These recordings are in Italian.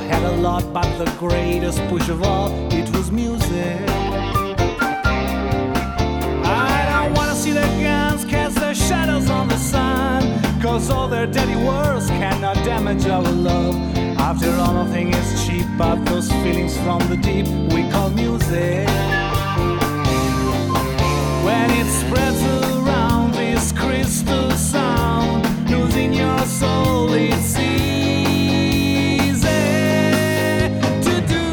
had a lot, but the greatest push of all, it was music. I don't wanna see the guns cast their shadows on the sun, cause all their dirty words cannot damage our love. After all, nothing is cheap but those feelings from the deep we call music. When it spreads around this crystal sound, losing your soul, it's easy to do.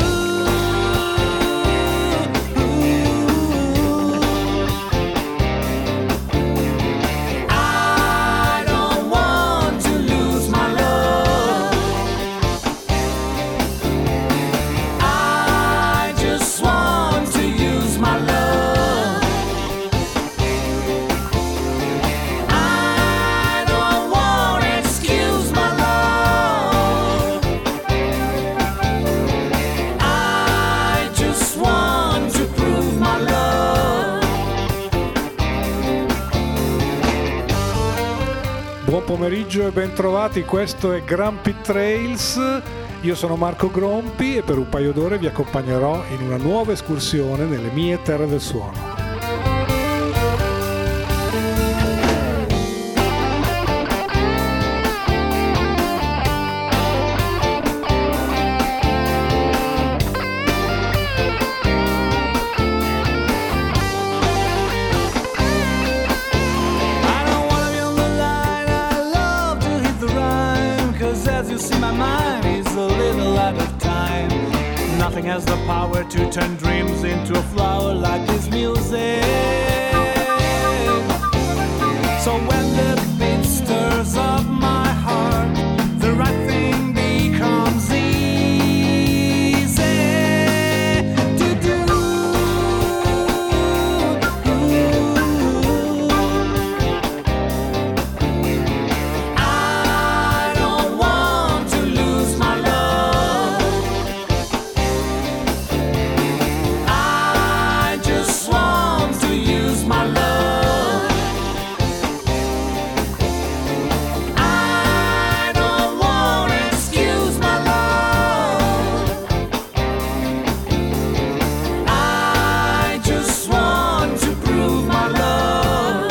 I don't want to lose my love. I just want to use my love. Buon pomeriggio e ben trovati, questo è Grumpy Trails, io sono Marco Grompi e per un paio d'ore vi accompagnerò in una nuova escursione nelle mie terre del suono. Nothing has the power to turn dreams into a flower like this music. So when the beat stirs up my heart, the right thing becomes easy to do. I don't want to lose my love. I just want to use my love. I don't want to excuse my love. I just want to prove my love.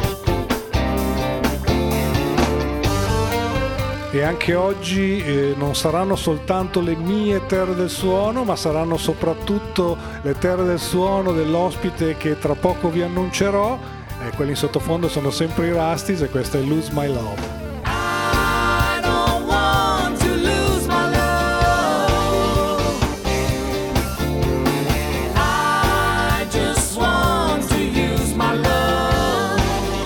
E anche oggi non saranno soltanto le mie terre del suono, ma saranno soprattutto le terre del suono dell'ospite che tra poco vi annuncerò. Quelli in sottofondo sono sempre i Rastis e questa è Lose My Love. I don't want to lose my love. I just want to use my love.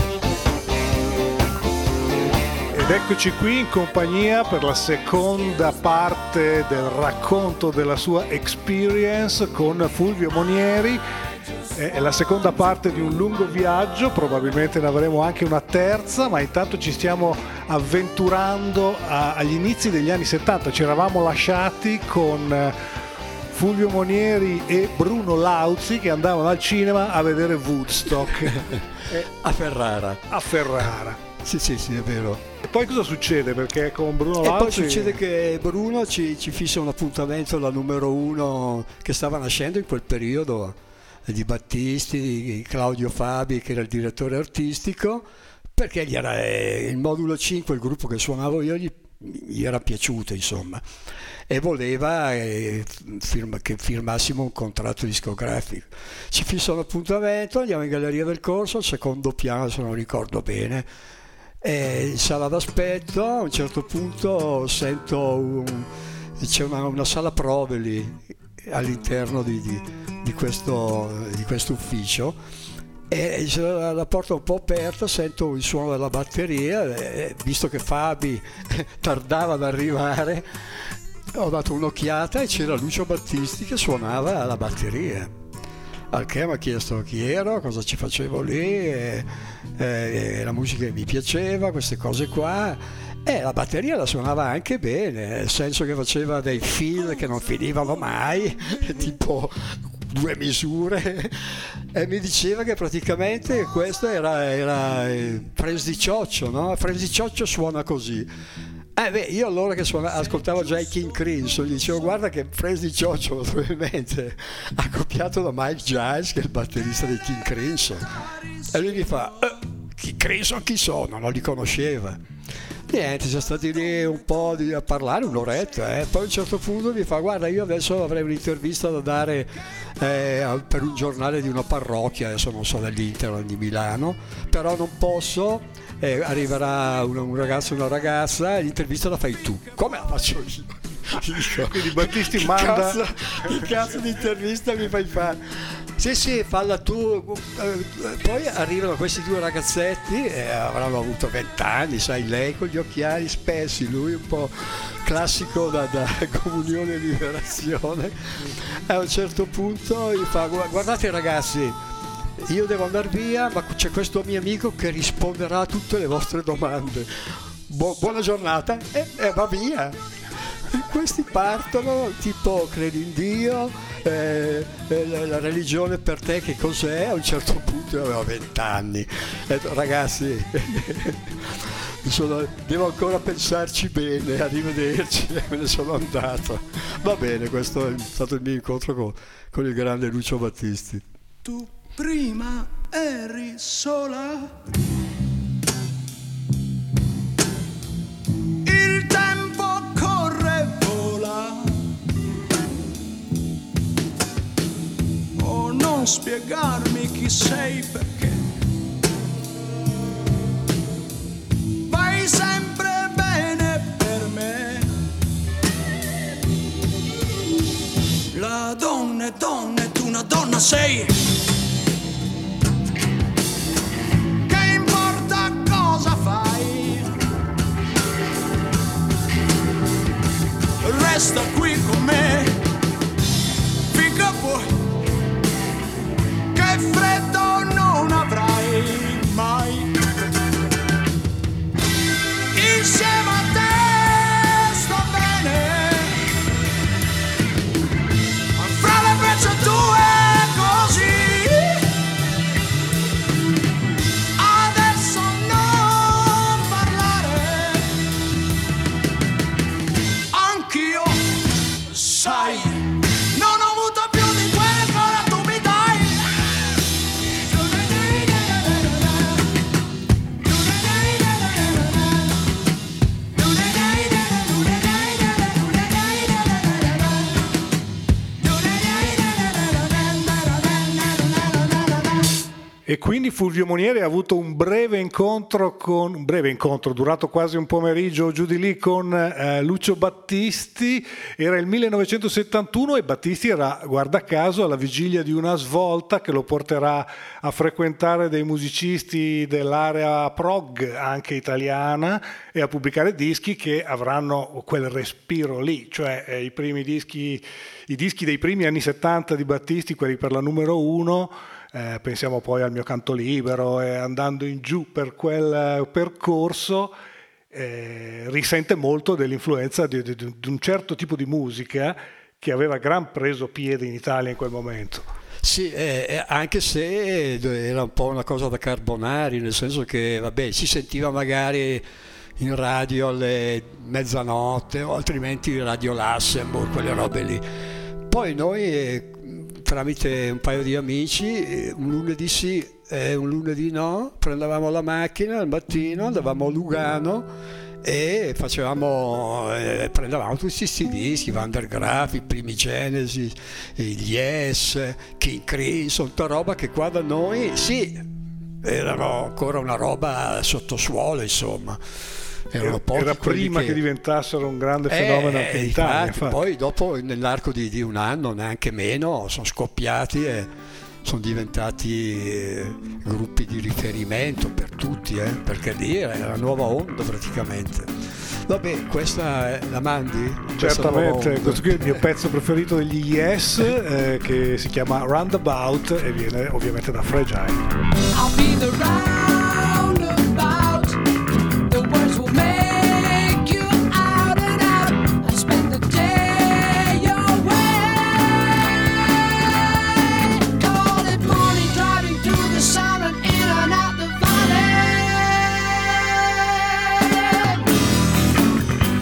Ed eccoci qui in compagnia per la seconda parte del racconto della sua experience con Fulvio Monieri. È la seconda parte di un lungo viaggio, probabilmente ne avremo anche una terza, ma intanto ci stiamo avventurando agli inizi degli anni 70. Ci eravamo lasciati con Fulvio Monieri e Bruno Lauzi che andavano al cinema a vedere Woodstock A Ferrara. a Ferrara. Sì, è vero. E poi cosa succede? Perché con Bruno E poi Lauzi succede che Bruno ci fissa un appuntamento alla numero uno che stava nascendo in quel periodo, di Battisti, di Claudio Fabi che era il direttore artistico, perché gli era il modulo 5, il gruppo che suonavo io, gli era piaciuto, insomma, e voleva che firmassimo un contratto discografico. Ci fissa un appuntamento, andiamo in Galleria del Corso, al secondo piano, se non ricordo bene, e in sala d'aspetto a un certo punto sento c'è una sala prove lì all'interno di questo ufficio, e c'era la porta un po' aperta, sento il suono della batteria, e visto che Fabi tardava ad arrivare ho dato un'occhiata e c'era Lucio Battisti che suonava la batteria, al che mi ha chiesto chi ero, cosa ci facevo lì, e la musica che mi piaceva, queste cose qua. La batteria la suonava anche bene, nel senso che faceva dei fill che non finivano mai, tipo 2 misure, e mi diceva che praticamente questo era Franz di Cioccio, no? Franz di Cioccio suona così. Io allora che ascoltavo già i King Crimson, gli dicevo guarda che Frankie Cioccio probabilmente ha copiato da Mike Giles, che è il batterista dei King Crimson, e lui mi fa King Crimson chi sono? Non li conosceva. Niente, siamo stati lì un po' a parlare, un'oretta, poi a un certo punto mi fa guarda io adesso avrei un'intervista da dare per un giornale di una parrocchia, adesso non so dell'Inter di Milano, però non posso, arriverà un ragazzo e una ragazza e l'intervista la fai tu. Come la faccio io? Quindi Battisti manda che cazzo di intervista mi fai fare? Sì, falla tu. Poi arrivano questi due ragazzetti, avranno avuto 20 anni, sai, lei con gli occhiali spessi, lui un po' classico da Comunione e Liberazione. A un certo punto gli fa guardate ragazzi, io devo andare via, ma c'è questo mio amico che risponderà a tutte le vostre domande. Buona giornata, e va via. E questi partono tipo credi in Dio, la religione per te che cos'è? A un certo punto io avevo 20 anni, ragazzi devo ancora pensarci bene, arrivederci, e me ne sono andato. Va bene, questo è stato il mio incontro con il grande Lucio Battisti. Tu prima eri sola, il tempo corre, vola, oh non spiegarmi chi sei perché vai sempre bene per me. La donna è donna e tu una donna sei. Che importa cosa fai? Resta qui con me finché puoi, che freddo non avrai mai. Insieme a te sto bene, ma fra le braccia tue così. Adesso non parlare, anch'io, sai, non ho avuto più di quelle che ora tu mi dai. E quindi Fulvio Monieri ha avuto un breve incontro durato quasi un pomeriggio giù di lì con Lucio Battisti. Era il 1971 e Battisti era, guarda caso, alla vigilia di una svolta che lo porterà a frequentare dei musicisti dell'area prog anche italiana e a pubblicare dischi che avranno quel respiro lì, cioè i dischi dei primi anni 70 di Battisti, quelli per la numero 1. Pensiamo poi al Mio canto libero, e andando in giù per quel percorso risente molto dell'influenza di un certo tipo di musica che aveva gran preso piede in Italia in quel momento. Sì, anche se era un po' una cosa da Carbonari, nel senso che vabbè, si sentiva magari in radio alle mezzanotte o altrimenti Radio Lassenburg, quelle robe lì. Poi noi tramite un paio di amici, un lunedì sì e un lunedì no, prendevamo la macchina al mattino, andavamo a Lugano e prendevamo tutti questi dischi, Van der Graaf, i primi Genesis, gli Yes, King Crimson, tutta roba che qua da noi sì, erano ancora una roba sottosuolo, insomma. Era prima che diventassero un grande fenomeno anche in Italia. Infatti. Poi dopo, nell'arco di un anno, neanche meno, sono scoppiati e sono diventati gruppi di riferimento per tutti, perché lì era la nuova onda praticamente. Vabbè, questa la mandi? Certamente, questo qui è il mio pezzo preferito degli Yes, che si chiama Roundabout e viene ovviamente da Fragile. I'll be the roundabout. The words will make you out and out. I spend the day your way. Call it morning, driving through the sun and in and out the valley.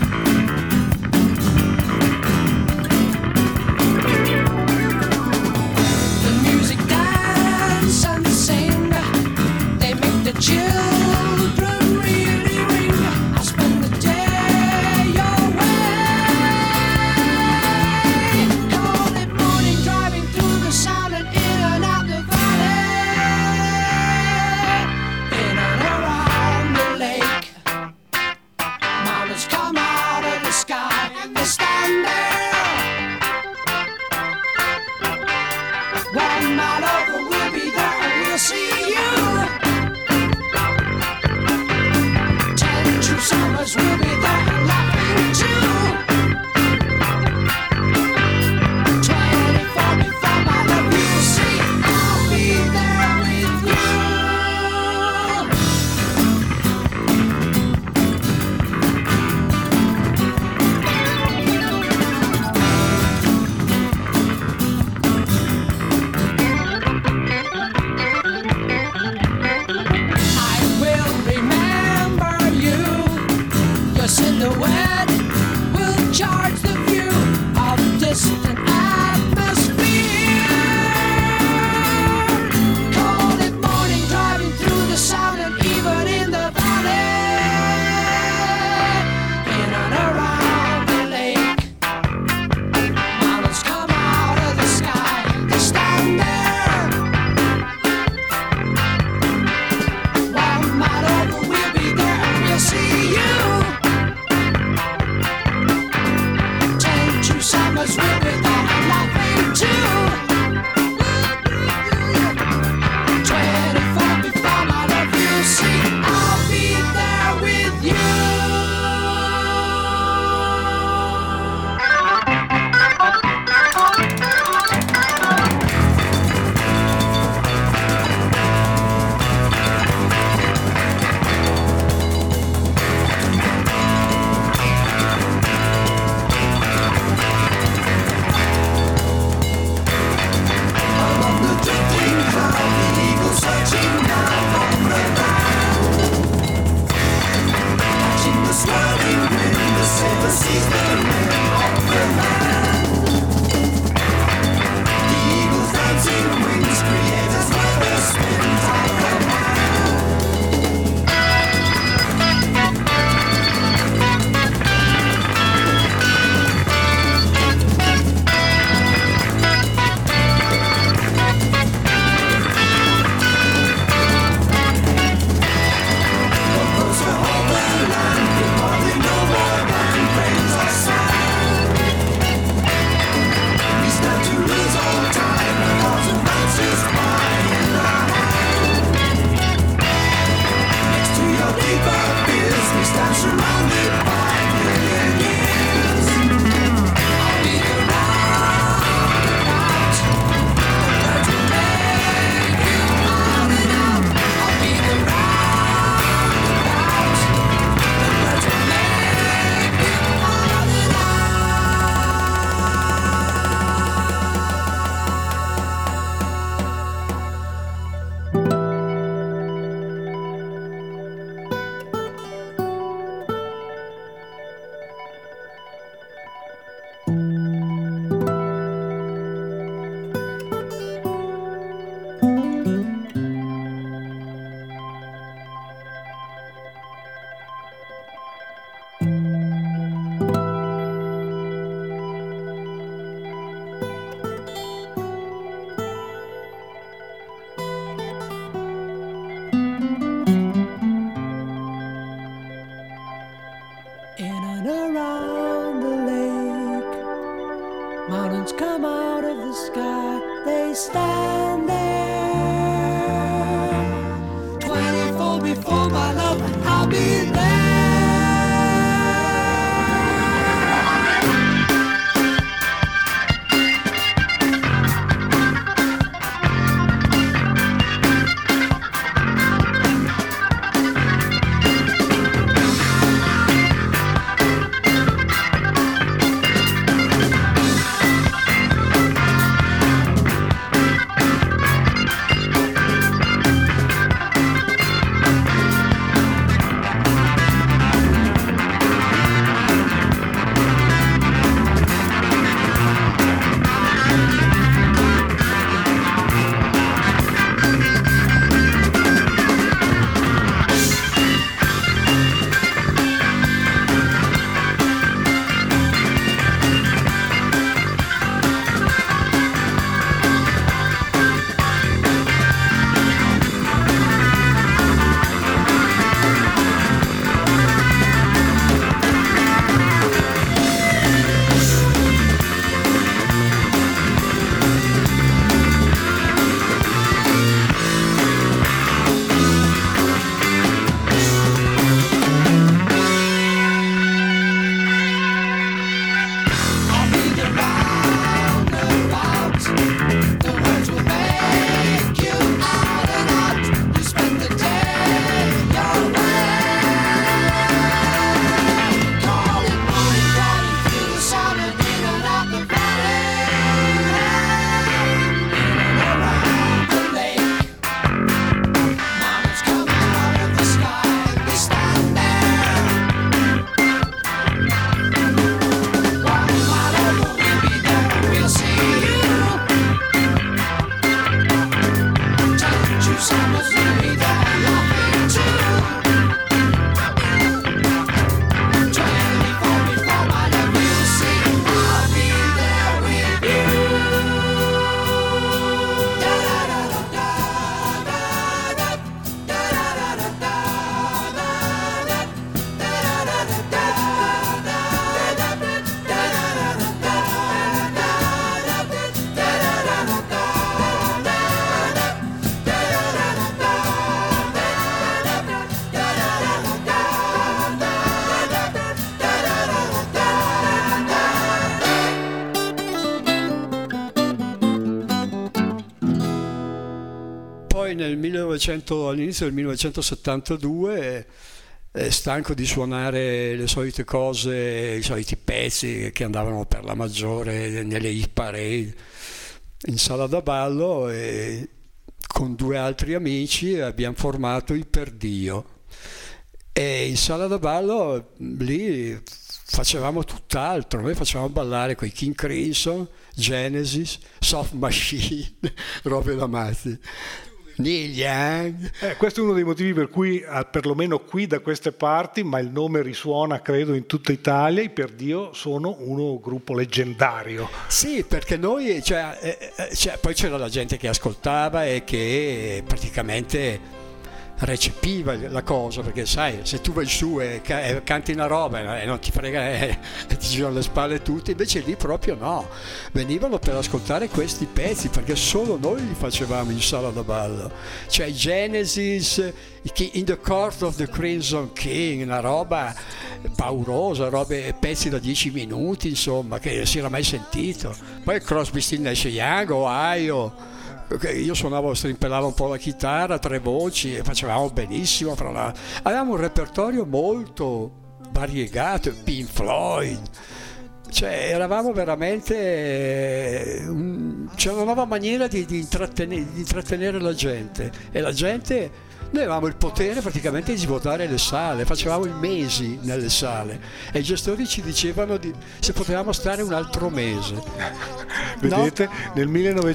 all'inizio del 1972, stanco di suonare le solite cose, i soliti pezzi che andavano per la maggiore nelle hit parade in sala da ballo, e con 2 altri amici abbiamo formato i Perdio. E in sala da ballo lì facevamo tutt'altro, noi facevamo ballare coi King Crimson, Genesis, Soft Machine, robe da matti, Neil Young. Questo è uno dei motivi per cui, perlomeno qui da queste parti, ma il nome risuona credo in tutta Italia, i Perdio sono uno gruppo leggendario. Sì, perché noi, poi c'era la gente che ascoltava e che praticamente recepiva la cosa, perché sai, se tu vai su e canti una roba e non ti frega, ti girano le spalle tutti, invece lì proprio no, venivano per ascoltare questi pezzi, perché solo noi li facevamo in sala da ballo, cioè Genesis, In the Court of the Crimson King, una roba paurosa, pezzi da 10 minuti, insomma, che si era mai sentito. Poi Crosby, Stills, Nash Young, Ohio. Io strimpellavo un po' la chitarra, 3 voci, e facevamo benissimo. Avevamo un repertorio molto variegato, Pink Floyd, cioè eravamo veramente c'era una nuova maniera di intrattenere la gente, e la gente, noi avevamo il potere praticamente di svuotare le sale, facevamo i mesi nelle sale e i gestori ci dicevano se potevamo stare un altro mese. Vedete, no? Nel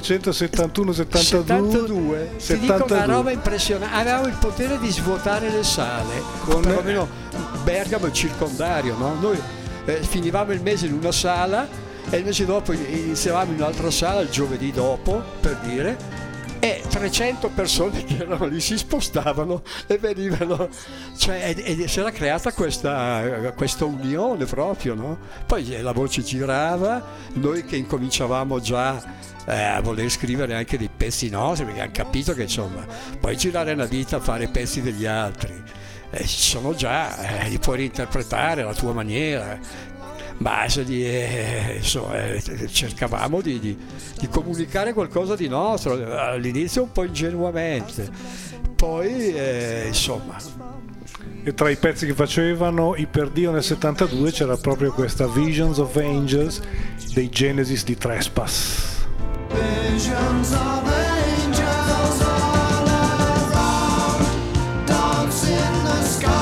1971-72 ti dico una roba impressionante, avevamo il potere di svuotare le sale, perlomeno Bergamo e il circondario, no? Noi finivamo il mese in una sala e il mese dopo iniziavamo in un'altra sala il giovedì dopo, per dire, e 300 persone che erano lì si spostavano e venivano, cioè, e si era creata questa unione proprio, no? Poi la voce girava, noi che incominciavamo già a voler scrivere anche dei pezzi nostri, perché hanno capito che insomma puoi girare una vita a fare pezzi degli altri, ci sono già, li puoi reinterpretare alla tua maniera. Ma insomma, cercavamo di comunicare qualcosa di nostro, all'inizio un po' ingenuamente, poi insomma. E tra i pezzi che facevano i Perdio nel 72 c'era proprio questa Visions of Angels dei Genesis di Trespass. Visions of angels all around, dance in the sky.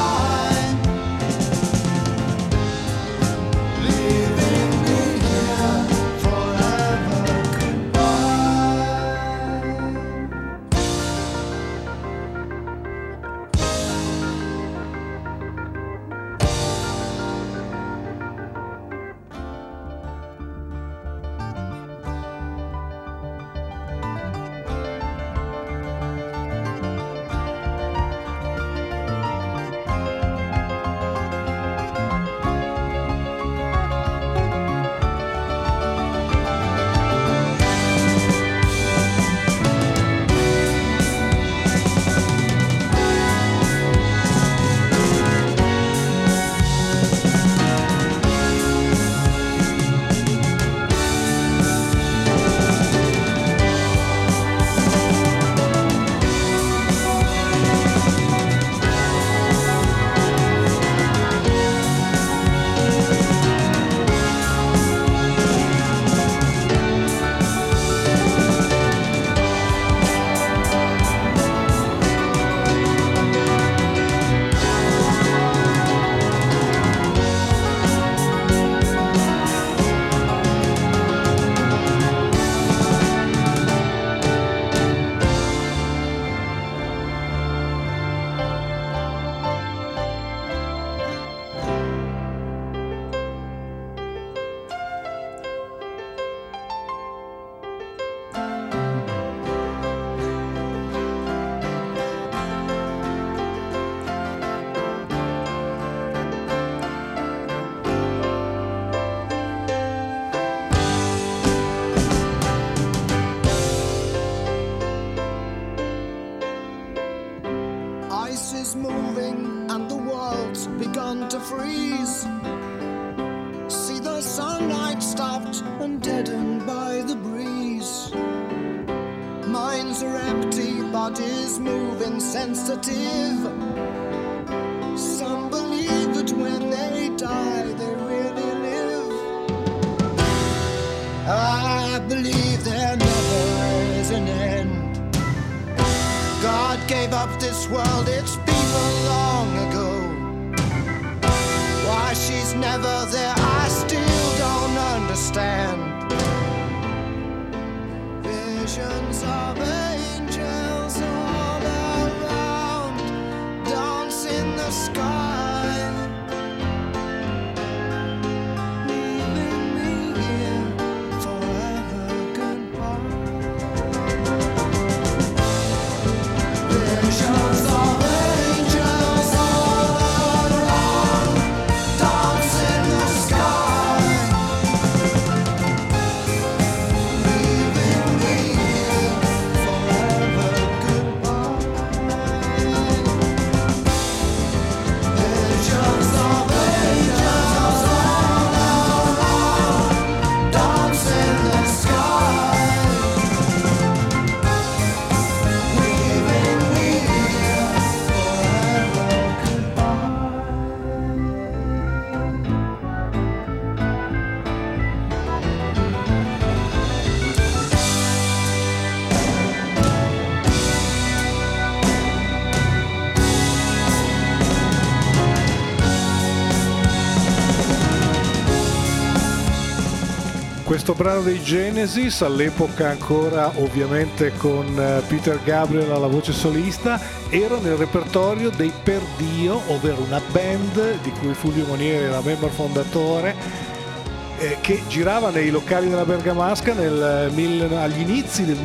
is moving and the world's begun to freeze. See the sunlight stopped and deadened by the breeze. Minds are empty, heart is moving sensitive. Some believe that when they die, they really live. I believe there never is an end. God gave up this world, its people long ago. Why she's never there, I still don't understand. Visions of angels all around, dance in the sky, leaving me here forever goodbye. Visions of angels all around, dance in the sky, leaving me here forever goodbye. Visions of angels all around, dance in the sky, leaving me here Questo brano dei Genesis, all'epoca ancora ovviamente con Peter Gabriel alla voce solista, era nel repertorio dei Perdio, ovvero una band di cui Fulvio Monieri era membro fondatore, che girava nei locali della Bergamasca agli inizi del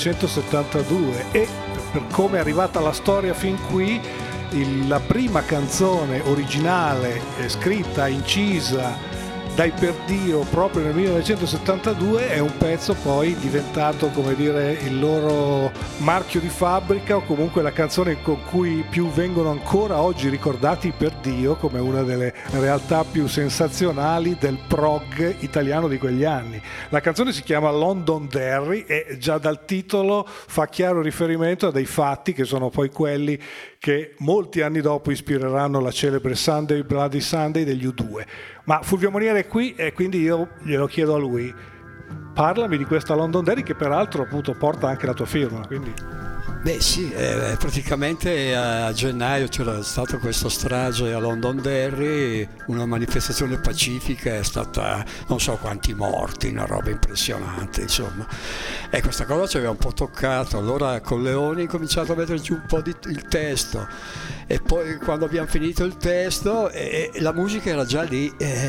1972, e per come è arrivata la storia fin qui, la prima canzone originale scritta, incisa dai Perdio proprio nel 1972 è un pezzo poi diventato, come dire, il loro marchio di fabbrica, o comunque la canzone con cui più vengono ancora oggi ricordati i Perdio come una delle realtà più sensazionali del prog italiano di quegli anni. La canzone si chiama Londonderry e già dal titolo fa chiaro riferimento a dei fatti che sono poi quelli che molti anni dopo ispireranno la celebre Sunday Bloody Sunday degli U2. Ma Fulvio Monieri è qui e quindi io glielo chiedo a lui. Parlami di questa Londonderry, che peraltro appunto porta anche la tua firma, quindi... Beh sì, praticamente a gennaio c'era stata questa strage a Londonderry, una manifestazione pacifica, è stata non so quanti morti, una roba impressionante, insomma. E questa cosa ci aveva un po' toccato, allora con Leoni ho cominciato a metterci un po' il testo, e poi quando abbiamo finito il testo la musica era già lì,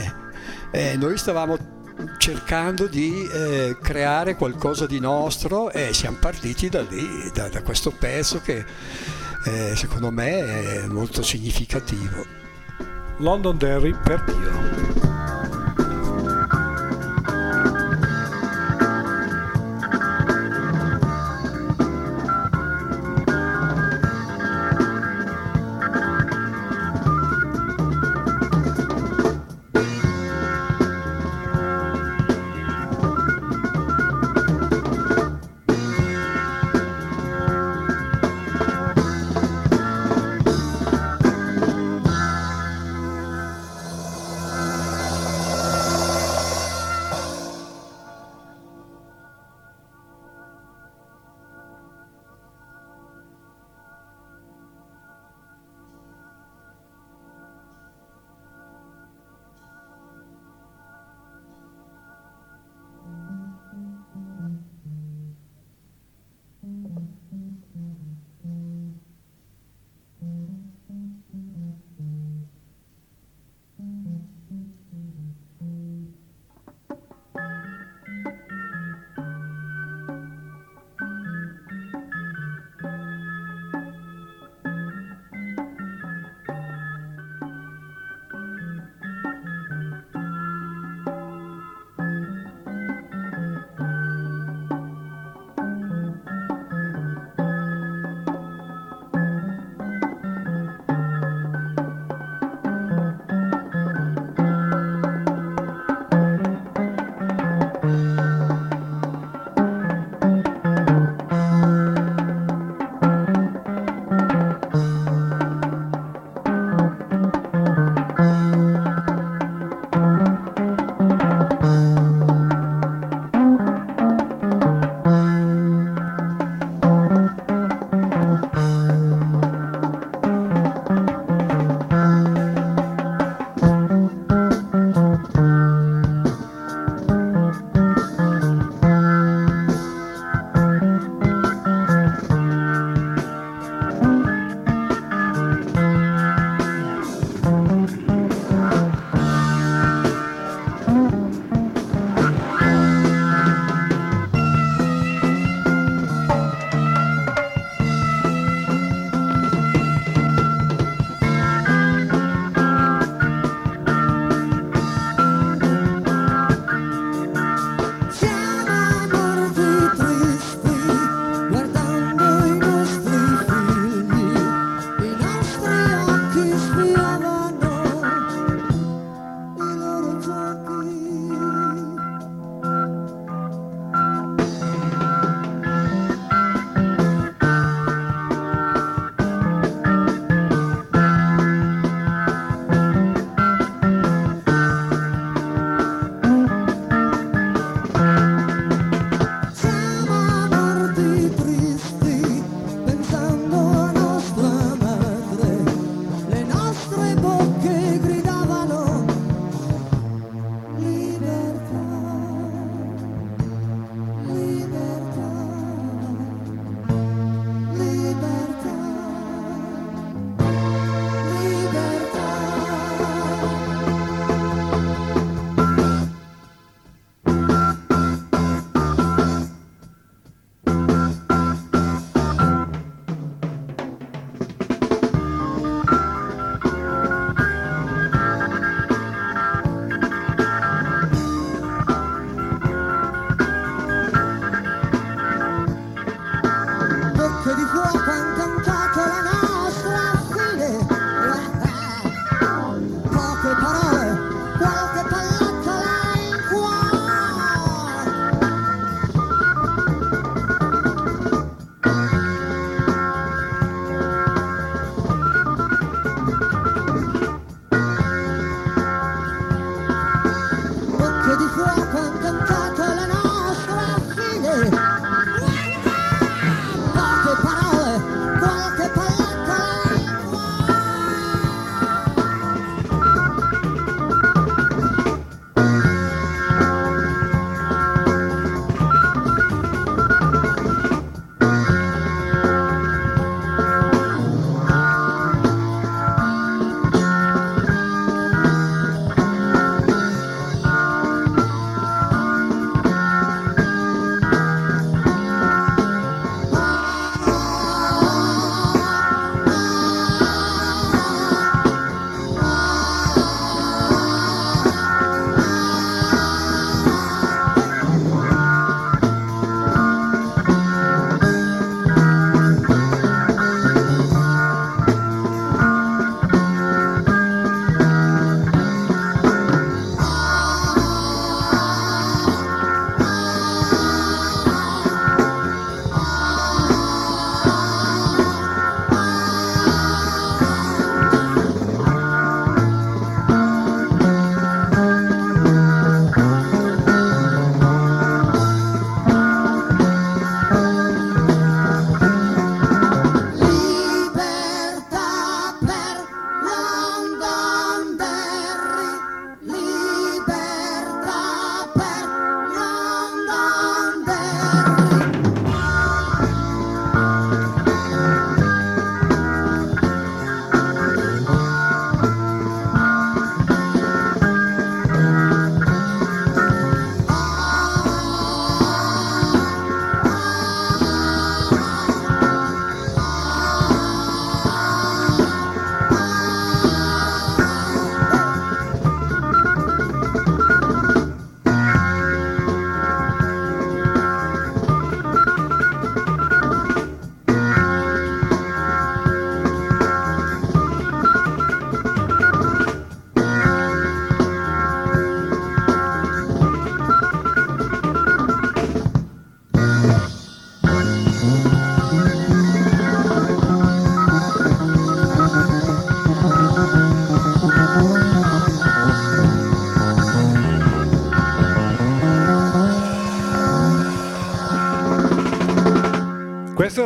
noi stavamo cercando di creare qualcosa di nostro e siamo partiti da lì, da questo pezzo che secondo me è molto significativo. Londonderry, Perdio.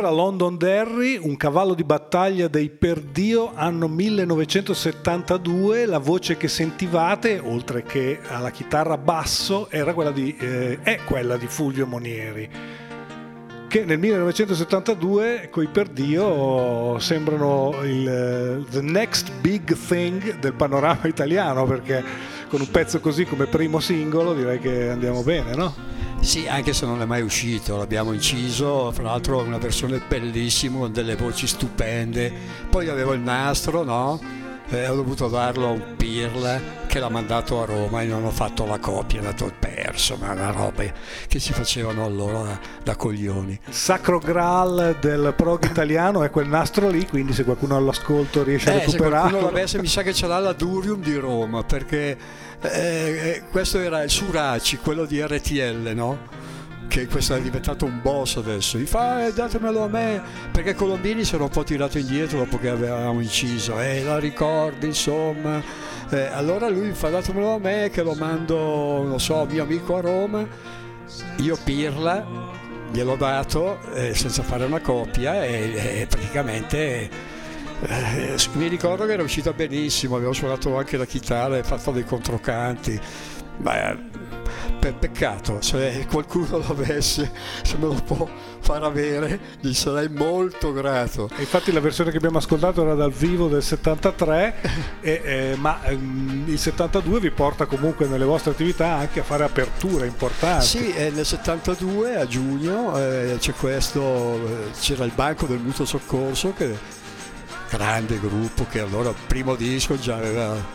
era Londonderry, un cavallo di battaglia dei Perdio, anno 1972. La voce che sentivate, oltre che alla chitarra basso, è quella di Fulvio Monieri, che nel 1972 coi Perdio sembrano the next big thing del panorama italiano, perché con un pezzo così come primo singolo direi che andiamo bene, no? Sì, anche se non è mai uscito, l'abbiamo inciso, fra l'altro una versione bellissima con delle voci stupende. Poi avevo il nastro, no? Ho dovuto darlo a un pirla che l'ha mandato a Roma e non ho fatto la copia, è andato perso, ma una roba che si facevano allora da coglioni. Il sacro graal del prog italiano è quel nastro lì, quindi se qualcuno all'ascolto riesce a Se recuperarlo. qualcuno l'avesse, mi sa che ce l'ha la Durium di Roma, perché questo era il Suraci, quello di RTL, no? Che questo è diventato un boss adesso. Mi fa datemelo a me, perché Colombini si era un po' tirato indietro dopo che avevamo inciso, la ricordi, insomma. Allora lui mi fa datemelo a me che lo mando, non so, mio amico a Roma. Io pirla gliel'ho dato senza fare una copia e praticamente mi ricordo che era uscita benissimo, avevo suonato anche la chitarra e fatto dei controcanti. Peccato, se qualcuno lo avesse, se me lo può far avere, gli sarei molto grato. E infatti la versione che abbiamo ascoltato era dal vivo del 73, ma il 72 vi porta comunque nelle vostre attività anche a fare aperture importanti. Sì, nel 72 a giugno c'era il Banco del Mutuo Soccorso, che grande gruppo, che allora il primo disco già aveva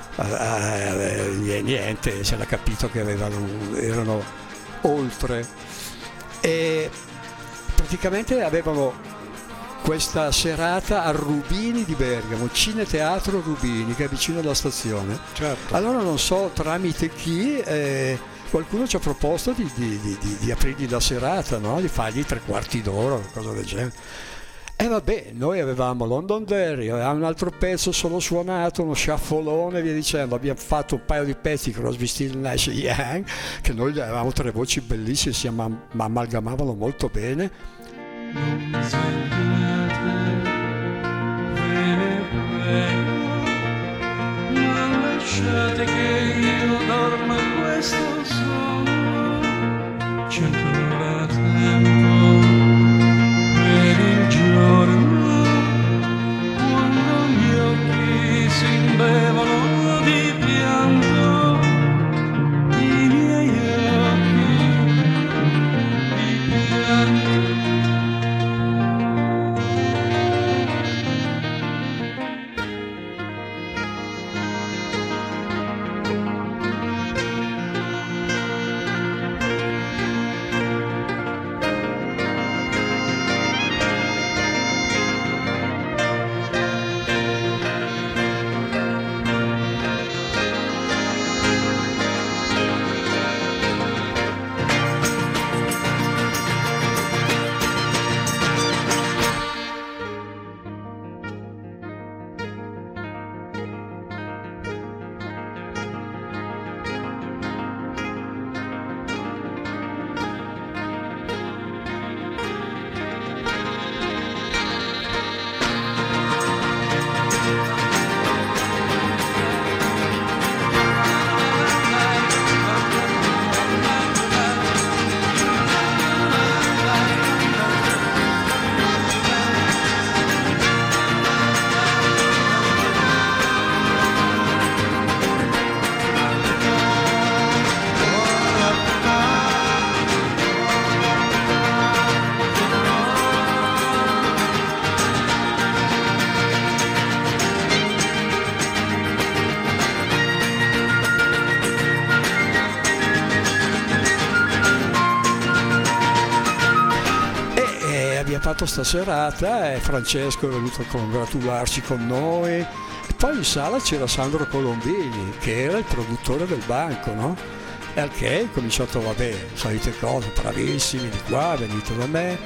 niente, si era capito che erano oltre, e praticamente avevano questa serata a Rubini di Bergamo, Cineteatro Rubini, che è vicino alla stazione. Certo. Allora non so tramite chi qualcuno ci ha proposto di aprirgli la serata, no? Di fargli 3/4 d'ora, qualcosa del genere. E vabbè, noi avevamo Londonderry, avevamo un altro pezzo solo suonato, uno sciaffolone e via dicendo. Abbiamo fatto un paio di pezzi, Crosby, Stills, Nash Young, che noi avevamo 3 voci bellissime, si amalgamavano molto bene. Non mi svegliate, ve ne prego, non lasciate che io dorma questo sonno. C'è ancora tempo per il giorno, quando gli occhi si imbevono di pianto, i miei occhi di pianto. Fatto sta serata e Francesco è venuto a congratularci con noi, e poi in sala c'era Sandro Colombini che era il produttore del banco, no? E al che ho cominciato, vabbè, solite cose, bravissimi, di qua, venite da me,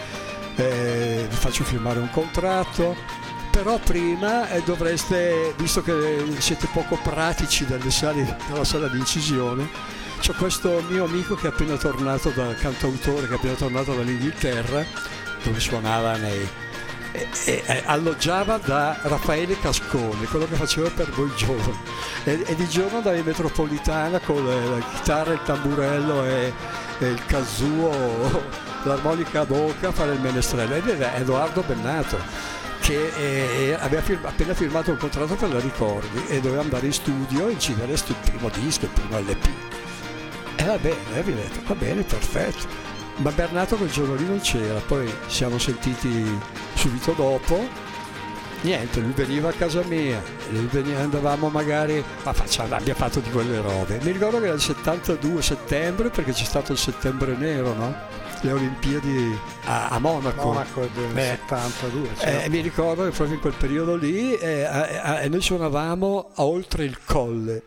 vi faccio firmare un contratto, però prima dovreste, visto che siete poco pratici della sala di incisione, c'ho questo mio amico che è appena tornato cantautore, che è appena tornato dall'Inghilterra, dove suonava alloggiava da Raffaele Cascone, quello che faceva per Voi Giovani, e di giorno andava in metropolitana con la chitarra, il tamburello e il kazoo, l'armonica a bocca a fare il menestrello. Ed era Edoardo Bennato, che aveva appena firmato un contratto per la Ricordi e doveva andare in studio e incidere il primo disco, il primo LP. E va bene, abbiamo detto, va bene, perfetto. Ma Bernato quel giorno lì non c'era, poi siamo sentiti subito dopo, niente, lui veniva a casa mia, andavamo magari, abbiamo fatto di quelle robe. Mi ricordo che era il 72 settembre, perché c'è stato il settembre nero, no? Le Olimpiadi a Monaco. Monaco del 72, certo. Mi ricordo che proprio in quel periodo lì noi suonavamo a Oltre il Colle.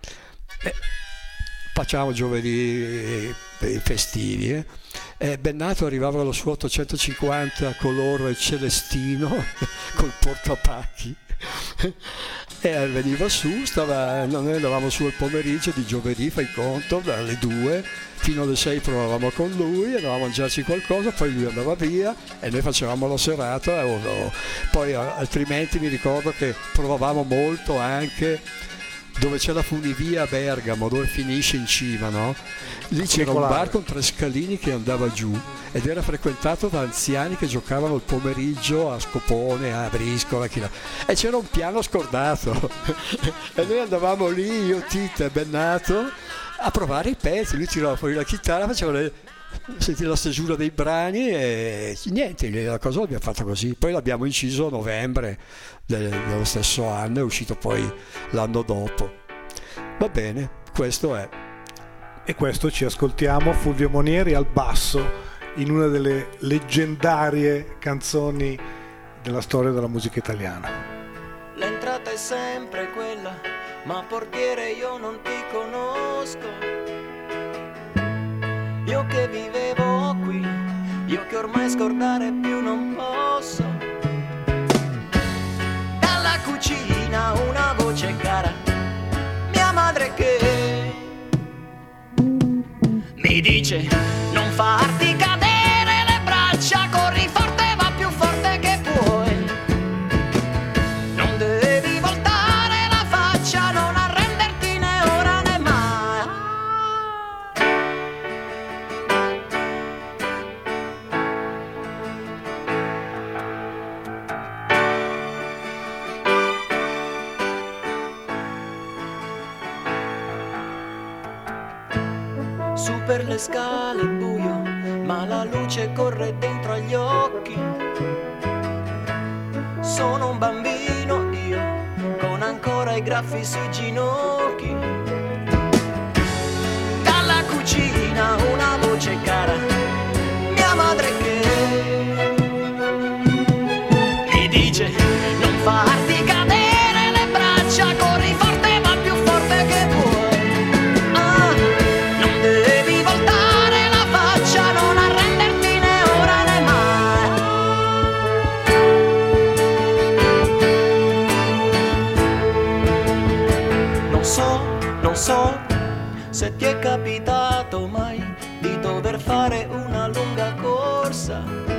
Facciamo giovedì festivi. Bennato arrivava allo suo 850 colore celestino col portapacchi e veniva su, noi andavamo su al pomeriggio di giovedì, fai conto, dalle 2 fino alle 6 provavamo con lui, andavamo a mangiarci qualcosa, poi lui andava via e noi facevamo la serata, poi altrimenti mi ricordo che provavamo molto anche dove c'è la funivia a Bergamo, dove finisce in cima, no? Lì c'era un bar con 3 scalini che andava giù ed era frequentato da anziani che giocavano il pomeriggio a scopone, a briscola, e c'era un piano scordato e noi andavamo lì, io, Tita e Bennato, a provare i pezzi. Lui tirava fuori la chitarra, faceva sentire la stesura dei brani e niente, la cosa l'abbiamo fatta così. Poi l'abbiamo inciso a novembre dello stesso anno, è uscito poi l'anno dopo. Va bene, questo è. E questo ci ascoltiamo Fulvio Monieri al basso in una delle leggendarie canzoni della storia della musica italiana. L'entrata è sempre quella, ma portiere io non ti conosco. Io che vivevo qui, io che ormai scordare più non posso. Dalla cucina una voce cara, mia madre che mi dice non farti cadere le braccia, corri forte, va più forte che puoi. Non devi voltare la faccia, non arrenderti né ora né mai. Su per le scale è buio, ma la luce corre dentro agli occhi. Sono un bambino io, con ancora i graffi sui ginocchi. Dalla cucina una voce cara, mia madre che mi dice non farti cadere le braccia, corri forte, va più forte che puoi. Non so se ti è capitato mai di dover fare una lunga corsa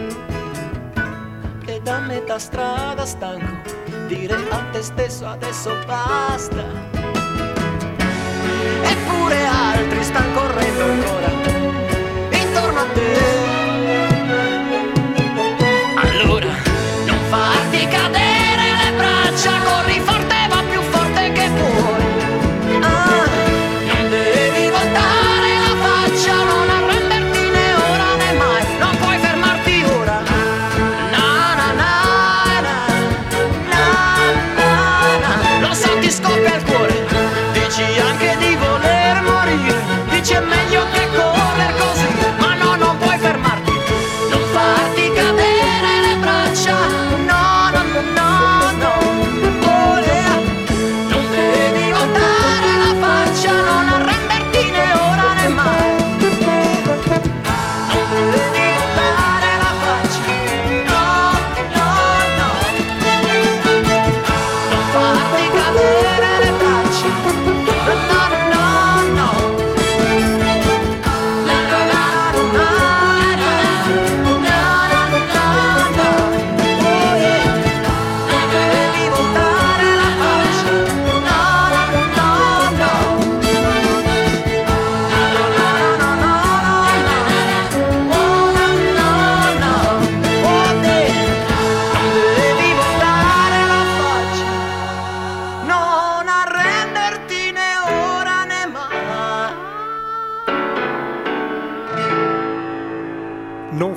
e da metà strada stanco dire a te stesso adesso basta. Eppure altri stanno correndo ancora intorno a te. Allora non farti cadere le braccia, corri forte, va più forte che puoi. Non arrenderti né ora né mai, non puoi fermarti ora. Na na na na, na na na. Lo so ti scoppia il cuore, dici anche di voler morire, dici è meglio che correre.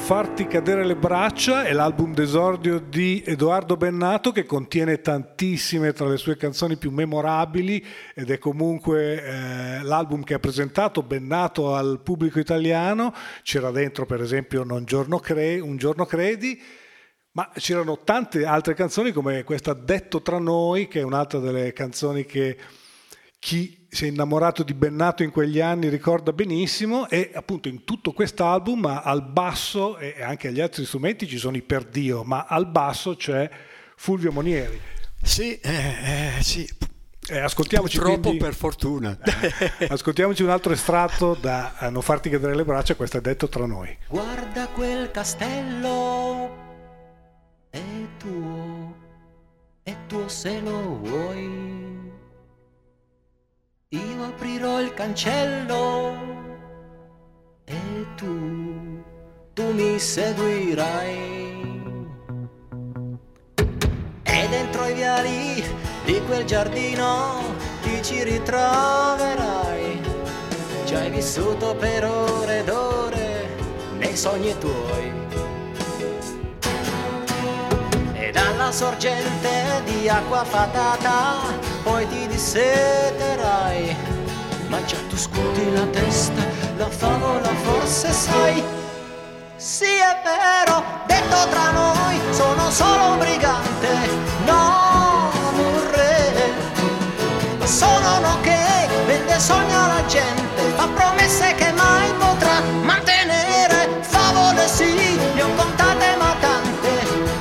farti cadere le braccia è l'album d'esordio di Edoardo Bennato, che contiene tantissime tra le sue canzoni più memorabili, ed è comunque l'album che ha presentato Bennato al pubblico italiano. C'era dentro per esempio Un giorno credi, ma c'erano tante altre canzoni come questa Detto tra noi, che è un'altra delle canzoni che chi si è innamorato di Bennato in quegli anni ricorda benissimo. E appunto in tutto quest'album al basso e anche agli altri strumenti ci sono i Perdio, ma al basso c'è Fulvio Monieri. Sì. Ascoltiamoci Purtroppo, quindi, per fortuna. Ascoltiamoci un altro estratto da Non farti cadere le braccia, questo è Detto tra noi. Guarda quel castello, è tuo se lo vuoi. Io aprirò il cancello e tu mi seguirai. E dentro i viali di quel giardino ti ci ritroverai. Ci hai vissuto per ore ed ore nei sogni tuoi. E dalla sorgente di acqua fatata poi ti disseterai. Ma già tu scuoti la testa, la favola forse sai. Sì è vero, detto tra noi, sono solo un brigante, non un re. Ma sono uno che vende sogni alla gente, fa promesse che mai potrà mantenere. Favole sì, ne ho contate ma tante,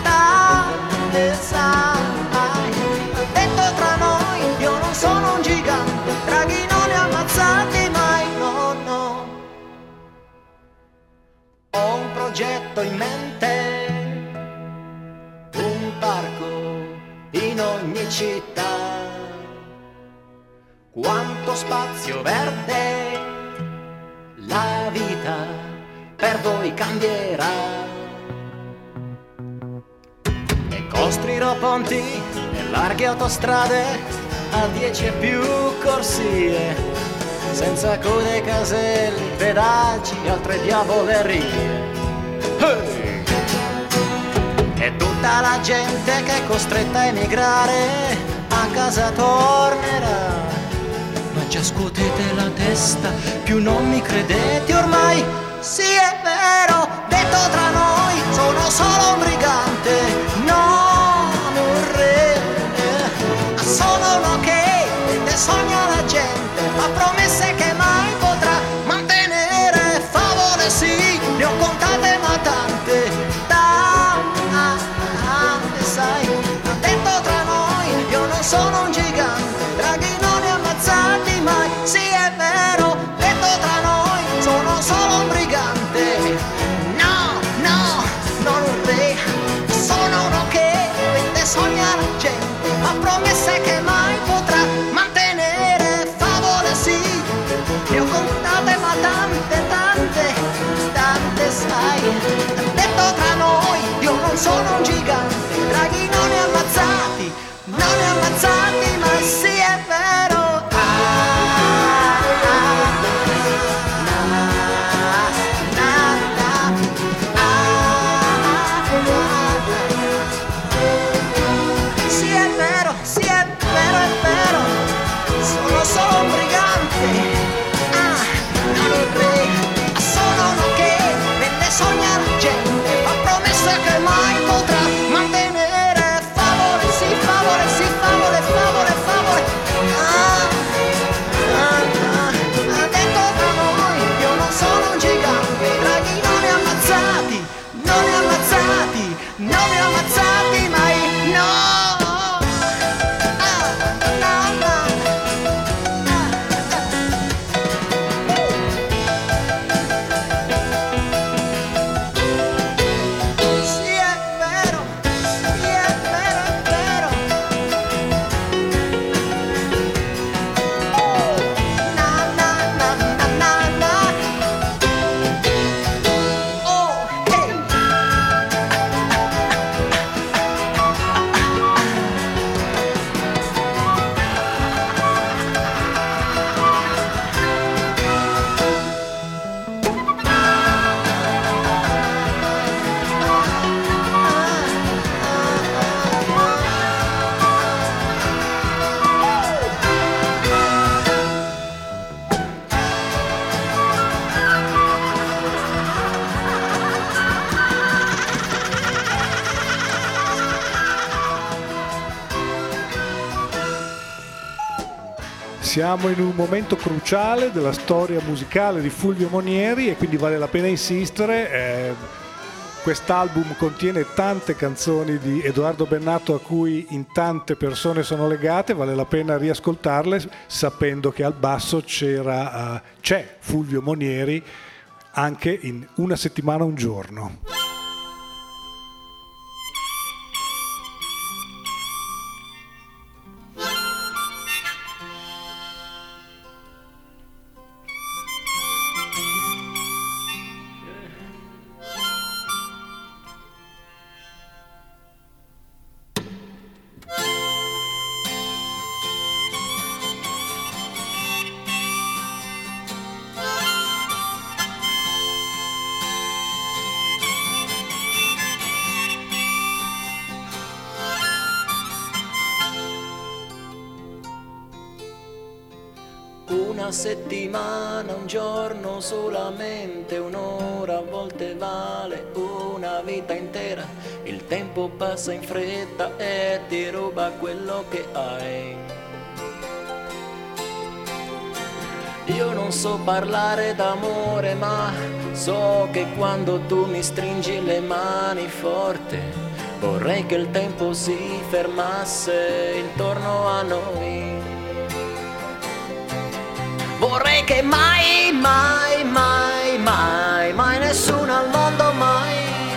sai. Detto tra noi, io non sono un gigante, draghi non li ha ammazzati mai, no. Ho un progetto in mente, un parco in ogni città. Quanto spazio verde la vita per voi cambierà. E costruirò ponti e larghe autostrade a 10 e più corsie, senza code, caselli, pedaggi e altre diavolerie. Hey! E tutta la gente che è costretta a emigrare a casa tornerà. Ma già scuotete la testa, più non mi credete ormai. Sì è vero, detto tra noi, sono solo un brigante, non un re. Sono uno che vende sogni alla gente, fa promesse che mai potrà mantenere. Favole sì, ne ho contate ma tante, sai. Ma detto tra noi, io non sono un gigante, draghi non li ha ammazzati mai. Sì è vero, detto tra noi, sono solo un brigante, no, non un re. Sono uno che vende sogni alla gente, ma promesse che mai potrà mantenere. Favole sì, ne ho contate ma tante, sai. Detto tra noi, io non sono un gigante, draghi non li ha ammazzati, ma sì è vero. Sì è vero, sono solo un brigante, non un re. Sono uno che vende sogni alla gente, fa promesse che mai potrà mantenere. Favole sì, favole, Siamo in un momento cruciale della storia musicale di Fulvio Monieri e quindi vale la pena insistere. Quest'album contiene tante canzoni di Edoardo Bennato a cui in tante persone sono legate, vale la pena riascoltarle sapendo che al basso c'è Fulvio Monieri anche in Una settimana un giorno. Una settimana, un giorno, solamente un'ora, a volte vale una vita intera. Il tempo passa in fretta e ti ruba quello che hai. Io non so parlare d'amore, ma so che quando tu mi stringi le mani forte, vorrei che il tempo si fermasse intorno a noi. Vorrei che mai, mai, mai, mai, mai nessuno al mondo mai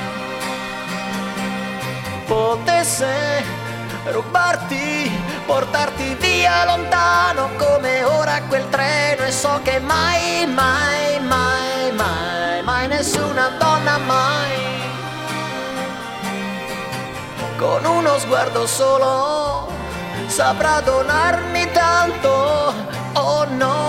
potesse rubarti, portarti via lontano come ora quel treno. E so che mai, mai, mai, mai, mai nessuna donna mai con uno sguardo solo saprà donarmi tanto, oh no.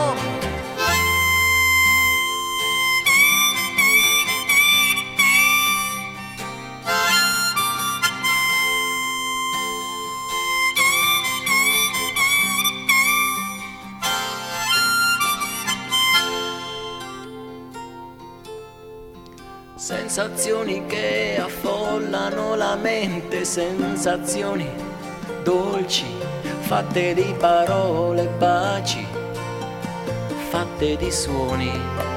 Sensazioni che affollano la mente, sensazioni dolci, fatte di parole, baci, fatte di suoni.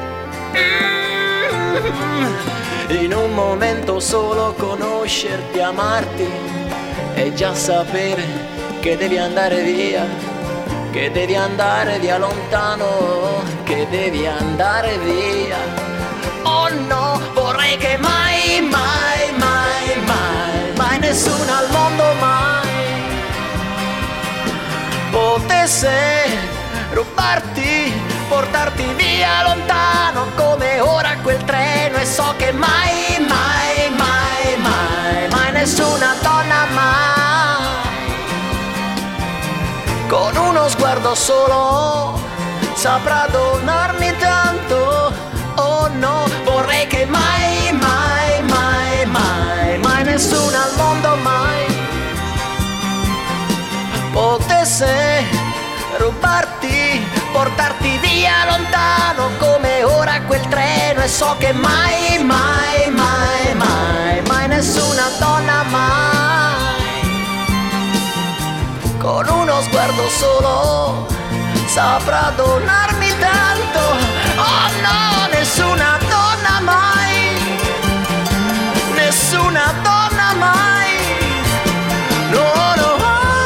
In un momento solo conoscerti, amarti e già sapere che devi andare via, che devi andare via lontano, che devi andare via. Oh no, vorrei che mai, mai, mai, mai, mai nessuno al mondo mai potesse rubarti, portarti via lontano come ora quel treno. E so che mai, mai, mai, mai, mai nessuna donna mai con uno sguardo solo saprà donarmi tanto. Oh no, vorrei che mai, mai, mai, mai, mai nessuno al mondo mai potesse rubarti, portarti via lontano come ora quel treno. E so che mai, mai, mai, mai, mai nessuna donna mai con uno sguardo solo saprà donarmi tanto. Oh no, nessuna donna mai, nessuna donna mai, no, no.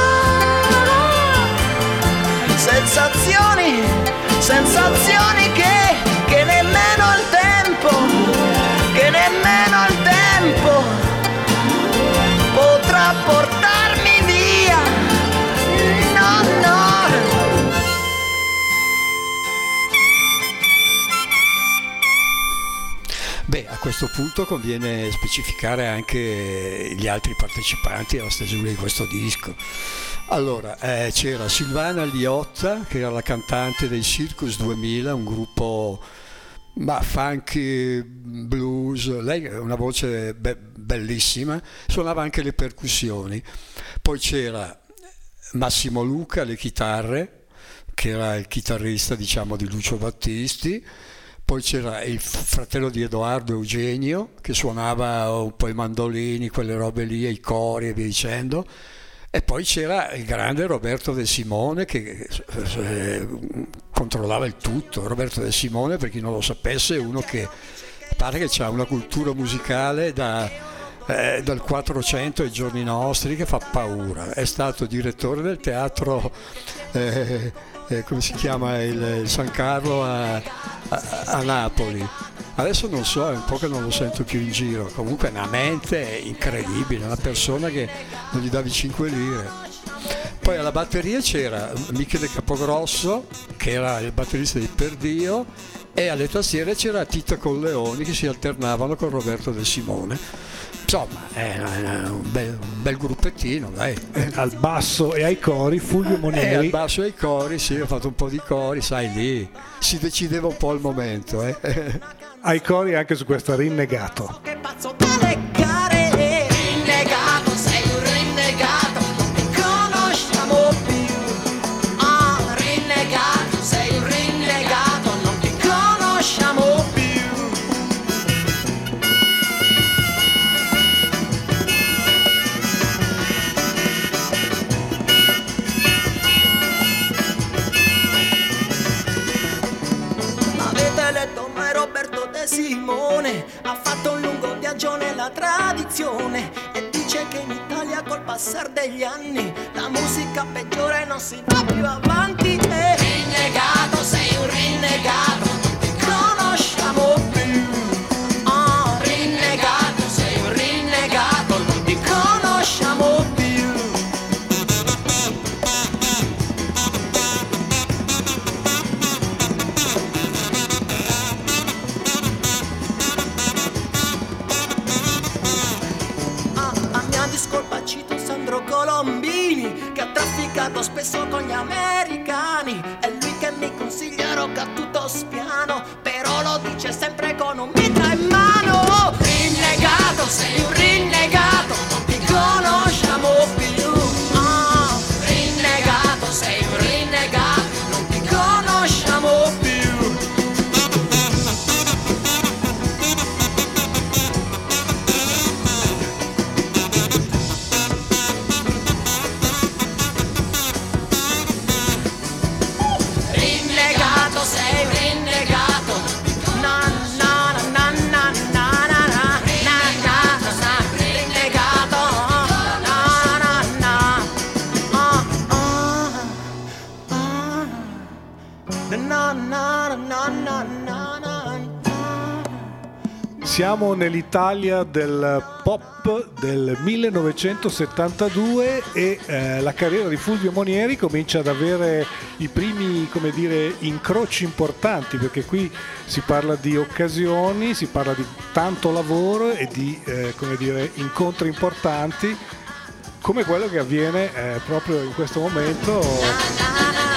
Sensazioni, sensazioni che nemmeno il tempo, che nemmeno il tempo potrà portarmi via, no, no. Beh, a questo punto conviene specificare anche gli altri partecipanti alla stesura di questo disco. Allora, c'era Silvana Liotta, che era la cantante dei Circus 2000, un gruppo funky, blues. Lei ha una voce bellissima, suonava anche le percussioni. Poi c'era Massimo Luca alle chitarre, che era il chitarrista, diciamo, di Lucio Battisti. Poi c'era il fratello di Edoardo, Eugenio, che suonava un po' i mandolini, quelle robe lì, i cori e via dicendo. E poi c'era il grande Roberto De Simone che controllava il tutto. Roberto De Simone, per chi non lo sapesse, è uno che pare che ha una cultura musicale dal 400 ai giorni nostri che fa paura. È stato direttore del teatro, come si chiama, il San Carlo a Napoli. Adesso non so, è un po' che non lo sento più in giro. Comunque è una mente incredibile, una persona che non gli davi 5 lire. Poi alla batteria c'era Michele Capogrosso, che era il batterista di Perdio, e alle tastiere c'era Tita Colleoni, che si alternavano con Roberto De Simone. Insomma, è un bel gruppettino, dai. Al basso e ai cori Fulvio Monieri. Al basso e ai cori, sì, ho fatto un po' di cori, sai, lì si decideva un po' il momento. Ai cori anche su questa Rinnegato. Che pazzo dalle gare, rinnegato, sei un rinnegato, non ti conosciamo più. Ah, rinnegato, sei un rinnegato, non ti conosciamo più. Avete letto mai Roberto De Simone? Ha fatto un lungo viaggio nella tradizione e dice che in Italia col passare degli anni la musica peggiore non si va più avanti. Rinnegato, sei un rinnegato, non ti conosciamo più. Oh, rinnegato, sei un rinnegato, non ti conosciamo più. Discolpa cito Sandro Colombini, che ha trafficato spesso con gli americani. È lui che mi consiglia rock a tutto spiano, però lo dice sempre con un mitra in mano. Rinnegato, sei un rinnegato, non ti conosciamo più. Oh, rinnegato, sei un rinnegato, non ti conosciamo più. Sei un rinnegato, na na na na na na na na, rinnegato, na na na, na na na na na. Siamo nell'Italia del pop del 1972 e la carriera di Fulvio Monieri comincia ad avere i primi, come dire, incroci importanti, perché qui si parla di occasioni, si parla di tanto lavoro e di come dire, incontri importanti, come quello che avviene proprio in questo momento.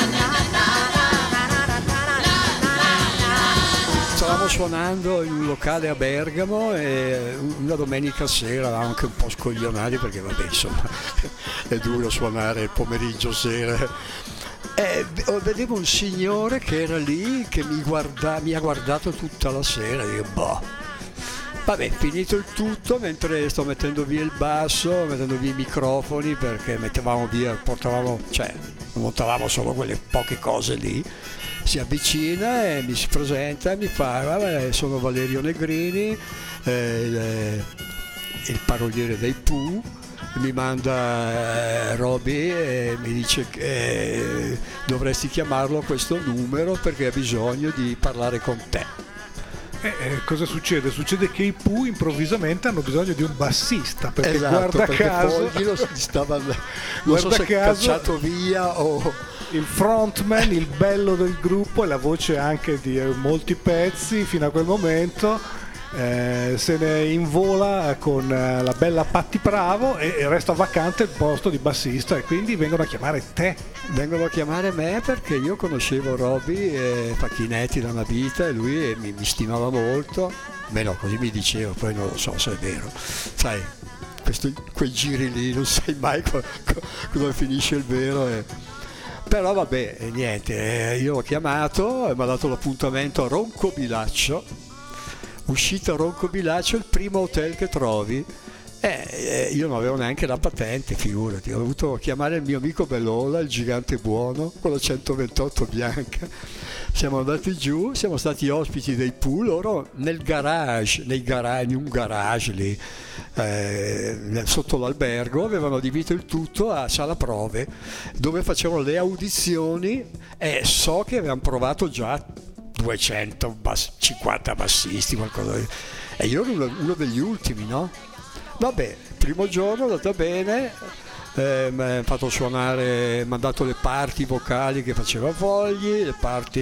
Stavamo suonando in un locale a Bergamo e una domenica sera eravamo anche un po' scoglionati perché vabbè, insomma, è duro suonare il pomeriggio sera. E vedevo un signore che era lì che mi ha guardato tutta la sera e io boh. Vabbè, finito il tutto, mentre sto mettendo via il basso, mettendo via i microfoni, perché mettevamo via, montavamo solo quelle poche cose lì. Si avvicina e mi si presenta e mi fa: vabbè, sono Valerio Negrini, il paroliere dei Pooh. Mi manda Roby e mi dice che dovresti chiamarlo a questo numero perché ha bisogno di parlare con te. Cosa succede? Succede che i Pooh improvvisamente hanno bisogno di un bassista, perché esatto, guarda caso non so se è cacciato via o il frontman, il bello del gruppo e la voce anche di molti pezzi fino a quel momento, se ne invola con la bella Patti Bravo e resta vacante il posto di bassista e quindi vengono a chiamare te. Vengono a chiamare me perché io conoscevo Roby e Facchinetti da una vita e lui mi stimava molto. Beh no, così mi diceva, poi non lo so se è vero. Sai, quei giri lì non sai mai come finisce il vero. Però vabbè, niente, io l'ho chiamato e mi ha dato l'appuntamento a Roncobilaccio, uscita a Roncobilaccio, il primo hotel che trovi, Io non avevo neanche la patente, figurati, ho dovuto chiamare il mio amico Bellola, il gigante buono, con la 128 bianca. Siamo andati giù, siamo stati ospiti dei Pooh, loro in un garage lì, sotto l'albergo, avevano adibito il tutto a sala prove, dove facevano le audizioni, e so che avevano provato già 250 bassisti, qualcosa di... E io ero uno degli ultimi, no? Vabbè, primo giorno è andata bene, mi ha fatto suonare, mi ha dato le parti vocali che faceva Fogli, le parti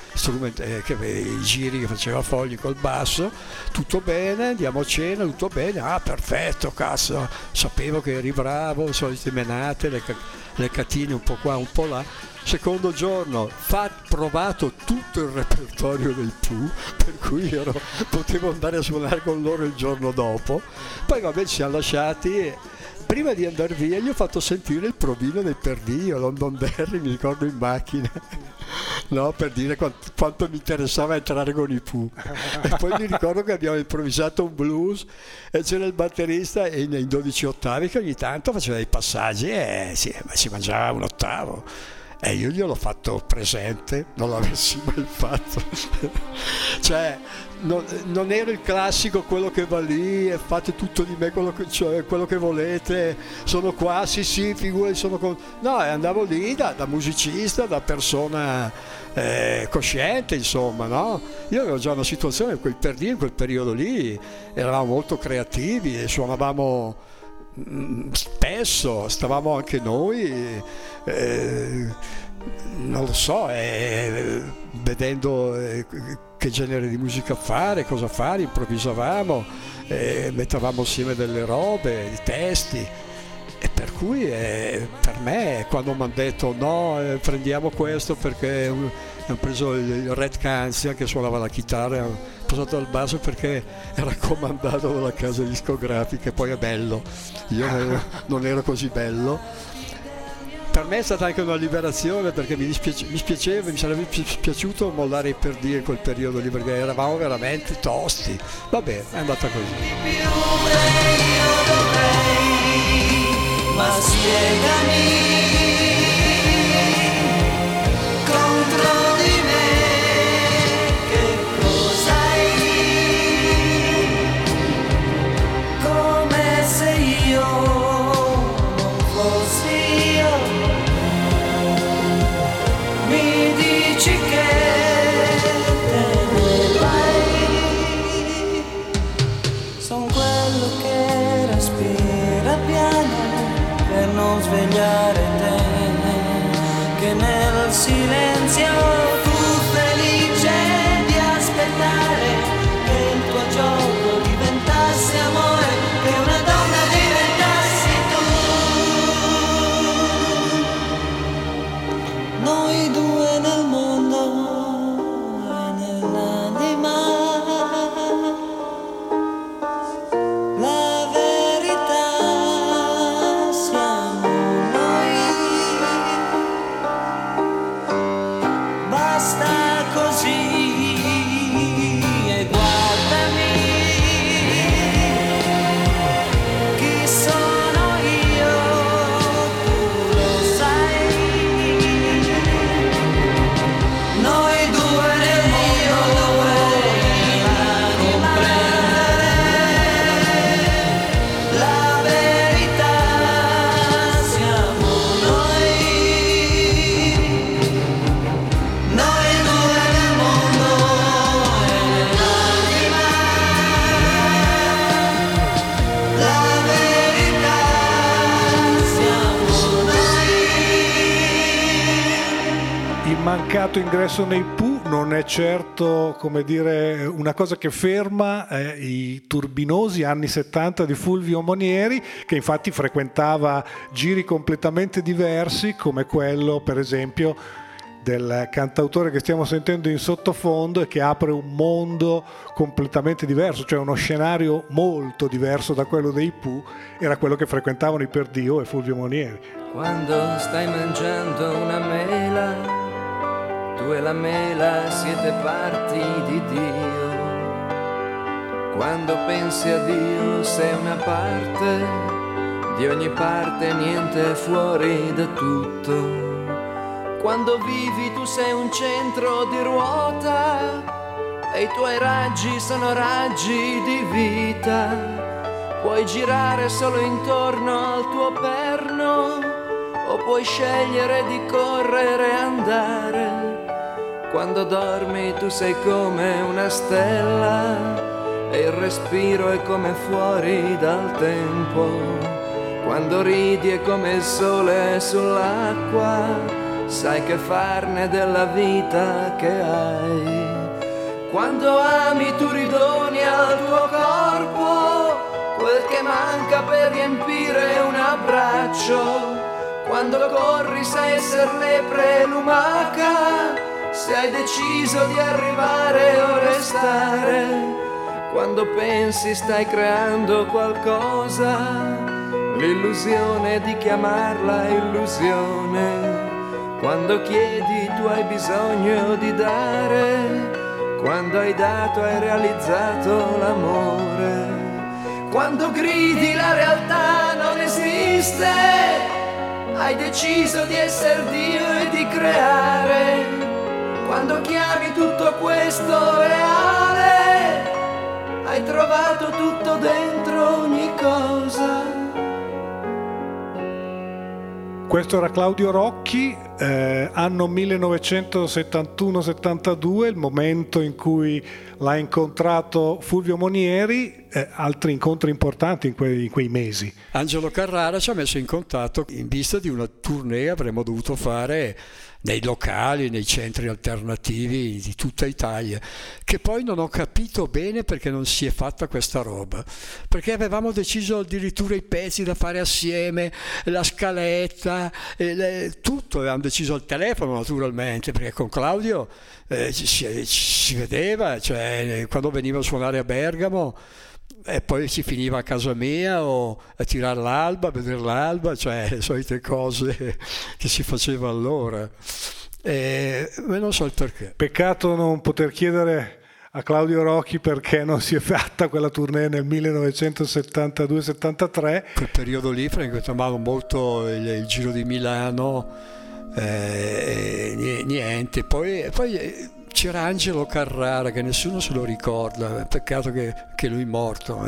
i giri che faceva Fogli col basso, tutto bene, andiamo a cena, tutto bene, perfetto, cazzo, sapevo che eri bravo, solite menate, le catine un po' qua, un po' là. Secondo giorno provato tutto il repertorio del Pooh, per cui potevo andare a suonare con loro il giorno dopo. Poi vabbè, ci siamo lasciati. Prima di andare via gli ho fatto sentire il provino del Perdio, Londonderry, mi ricordo, in macchina, no, per dire quanto mi interessava entrare con i Pooh. E poi mi ricordo che abbiamo improvvisato un blues e c'era il batterista in 12 ottavi che ogni tanto faceva dei passaggi e si mangiava un ottavo. E io gliel'ho fatto presente, non l'avessi mai fatto. Cioè, non ero il classico, quello che va lì e fate tutto di me quello che volete, sono qua, sì, figurati, sono con... No, andavo lì da musicista, da persona cosciente, insomma, no? Io avevo già una situazione, in quel periodo lì eravamo molto creativi e suonavamo spesso, stavamo anche noi, non lo so, vedendo che genere di musica fare, cosa fare, improvvisavamo, mettavamo assieme delle robe, i testi, e per cui per me, quando mi hanno detto no, prendiamo questo perché hanno preso il Red Canzia che suonava la chitarra, hanno posato al basso perché era comandato dalla casa discografica, e poi è bello, io non ero così bello. Per me è stata anche una liberazione, perché mi spiaceva, mi sarebbe piaciuto mollare i Perdio in quel periodo lì, perché eravamo veramente tosti. Vabbè, è andata così. Ma spiegami contro di me che cos'hai, come se io non fossi io, mi dici che te ne vai, son quello che respira piano per non svegliare te, che nel silenzio tu felice di aspettare che il tuo gioco diventasse amore, che una donna diventassi tu. Noi due nel mondo e nell'anima, la verità siamo noi, basta così e guardami, chi sono io, tu lo sai, noi due nel mondo e l'anima, la verità siamo noi due nel mondo e nell'anima, la verità siamo noi. Il mancato ingresso nei Pooh non è certo, come dire, una cosa che ferma i turbinosi anni 70 di Fulvio Monieri, che infatti frequentava giri completamente diversi, come quello per esempio del cantautore che stiamo sentendo in sottofondo, e che apre un mondo completamente diverso, cioè uno scenario molto diverso da quello dei Pooh. Era quello che frequentavano i Perdio e Fulvio Monieri. Quando stai mangiando una mela, tu e la mela siete parti di Dio. Quando pensi a Dio sei una parte di ogni parte, niente fuori da tutto. Quando vivi tu sei un centro di ruota e i tuoi raggi sono raggi di vita. Puoi girare solo intorno al tuo perno o puoi scegliere di correre e andare. Quando dormi tu sei come una stella e il respiro è come fuori dal tempo. Quando ridi è come il sole sull'acqua, sai che farne della vita che hai. Quando ami tu ridoni al tuo corpo quel che manca per riempire un abbraccio. Quando corri sai essere lepre e lumaca, se hai deciso di arrivare o restare. Quando pensi stai creando qualcosa, l'illusione di chiamarla illusione. Quando chiedi tu hai bisogno di dare, quando hai dato hai realizzato l'amore. Quando gridi la realtà non esiste, hai deciso di essere Dio e di creare. Quando chiami tutto questo reale, hai trovato tutto dentro ogni cosa. Questo era Claudio Rocchi, anno 1971-72, il momento in cui l'ha incontrato Fulvio Monieri, altri incontri importanti in quei mesi. Angelo Carrara ci ha messo in contatto in vista di una tournée che avremmo dovuto fare nei locali, nei centri alternativi di tutta Italia, che poi non ho capito bene perché non si è fatta questa roba, perché avevamo deciso addirittura i pezzi da fare assieme, la scaletta, tutto avevamo deciso al telefono naturalmente, perché con Claudio si vedeva, cioè quando veniva a suonare a Bergamo e poi si finiva a casa mia o a tirare l'alba, a vedere l'alba, cioè le solite cose che si faceva allora. Ma non so il perché. Peccato non poter chiedere a Claudio Rocchi perché non si è fatta quella tournée nel 1972-73. Quel periodo lì frequentavamo molto il Giro di Milano, niente. Poi c'era Angelo Carrara che nessuno se lo ricorda, peccato che lui è morto,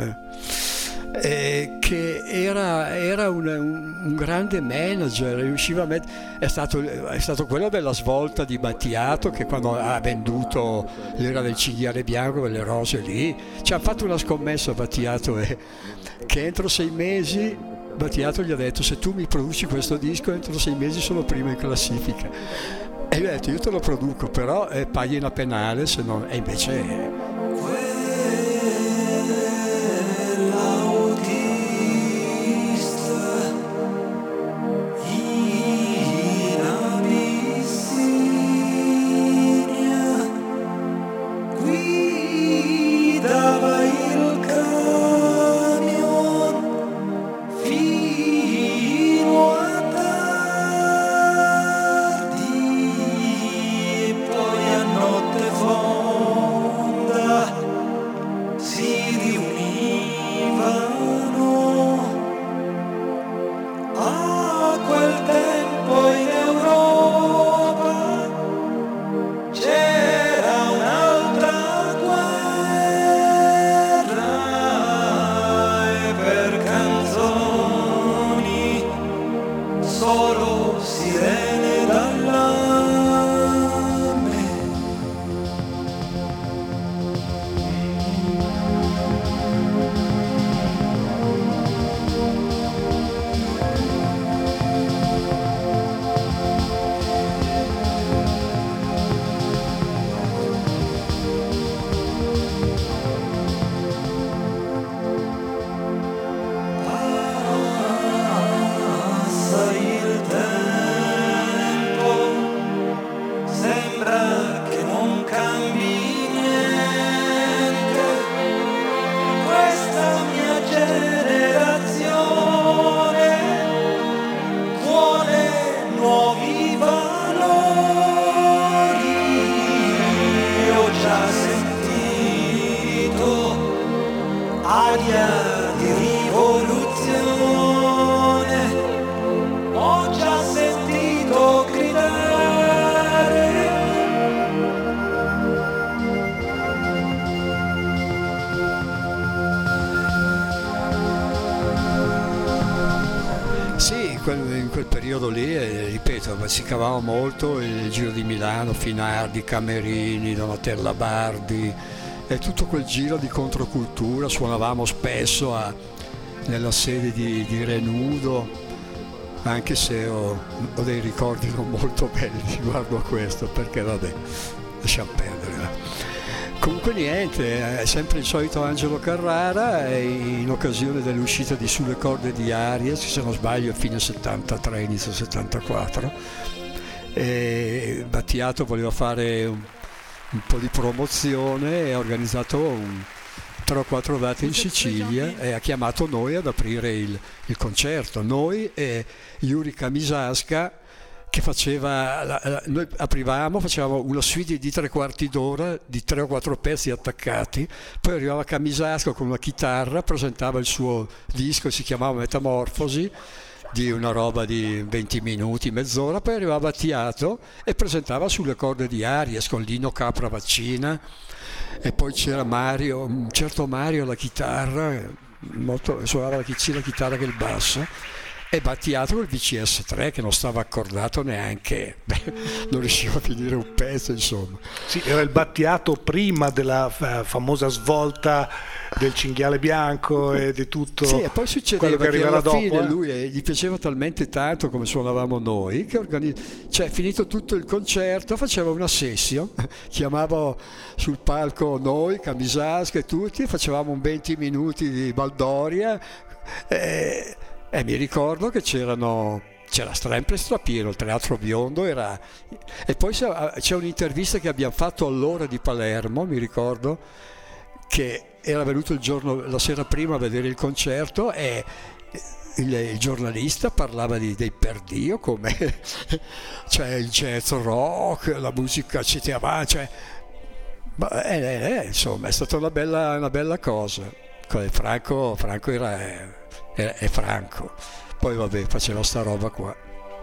che era un grande manager, riusciva è stato quello della svolta di Battiato, che quando ha venduto l'era del cinghiale bianco, quelle rose lì, ci ha fatto una scommessa Battiato, che entro 6 mesi Battiato gli ha detto: se tu mi produci questo disco entro 6 mesi sono primo in classifica. E io ho detto: io te lo produco, però paghi una penale, se no. E invece Poi a notte fonda periodo lì, ripeto, bazzicavamo molto il Giro di Milano, Finardi, Camerini, Donatella Bardi e tutto quel giro di controcultura. Suonavamo spesso nella sede di Renudo, anche se ho dei ricordi non molto belli riguardo a questo, perché vabbè, lasciamo perdere. Comunque niente, è sempre il solito Angelo Carrara, in occasione dell'uscita di Sulle corde di Arias, se non sbaglio a fine 73, inizio 74, e Battiato voleva fare un po' di promozione e ha organizzato 3 o 4 date in Sicilia e ha chiamato noi ad aprire il concerto, noi e Yuri Kamisasca, che noi aprivamo, facevamo una suite di 3/4 d'ora di 3 o 4 pezzi attaccati, poi arrivava Kamisasca con una chitarra, presentava il suo disco, si chiamava Metamorfosi, di una roba di 20 minuti, mezz'ora, poi arrivava Battiato e presentava Sulle corde di Arias con Lino Capra Vaccina, e poi c'era Mario, un certo Mario alla chitarra, suonava sia la chitarra che il basso, e Battiato col VCS3 che non stava accordato neanche, non riusciva a finire un pezzo, insomma. Sì, era il Battiato prima della famosa svolta del cinghiale bianco e di tutto. Sì, e poi succedeva che alla dopo, fine lui gli piaceva talmente tanto come suonavamo noi che cioè, finito tutto il concerto faceva una session, chiamava sul palco noi, Kamisasca e tutti, facevamo un 20 minuti di baldoria e mi ricordo che c'era sempre strapieno, il Teatro Biondo era. E poi c'è un'intervista che abbiamo fatto all'Ora di Palermo, mi ricordo, che era venuto la sera prima a vedere il concerto e il giornalista parlava dei Perdio come cioè il jazz rock, la musica CTA, cioè, insomma è stata una bella cosa. Franco è Franco, poi vabbè, faceva sta roba qua.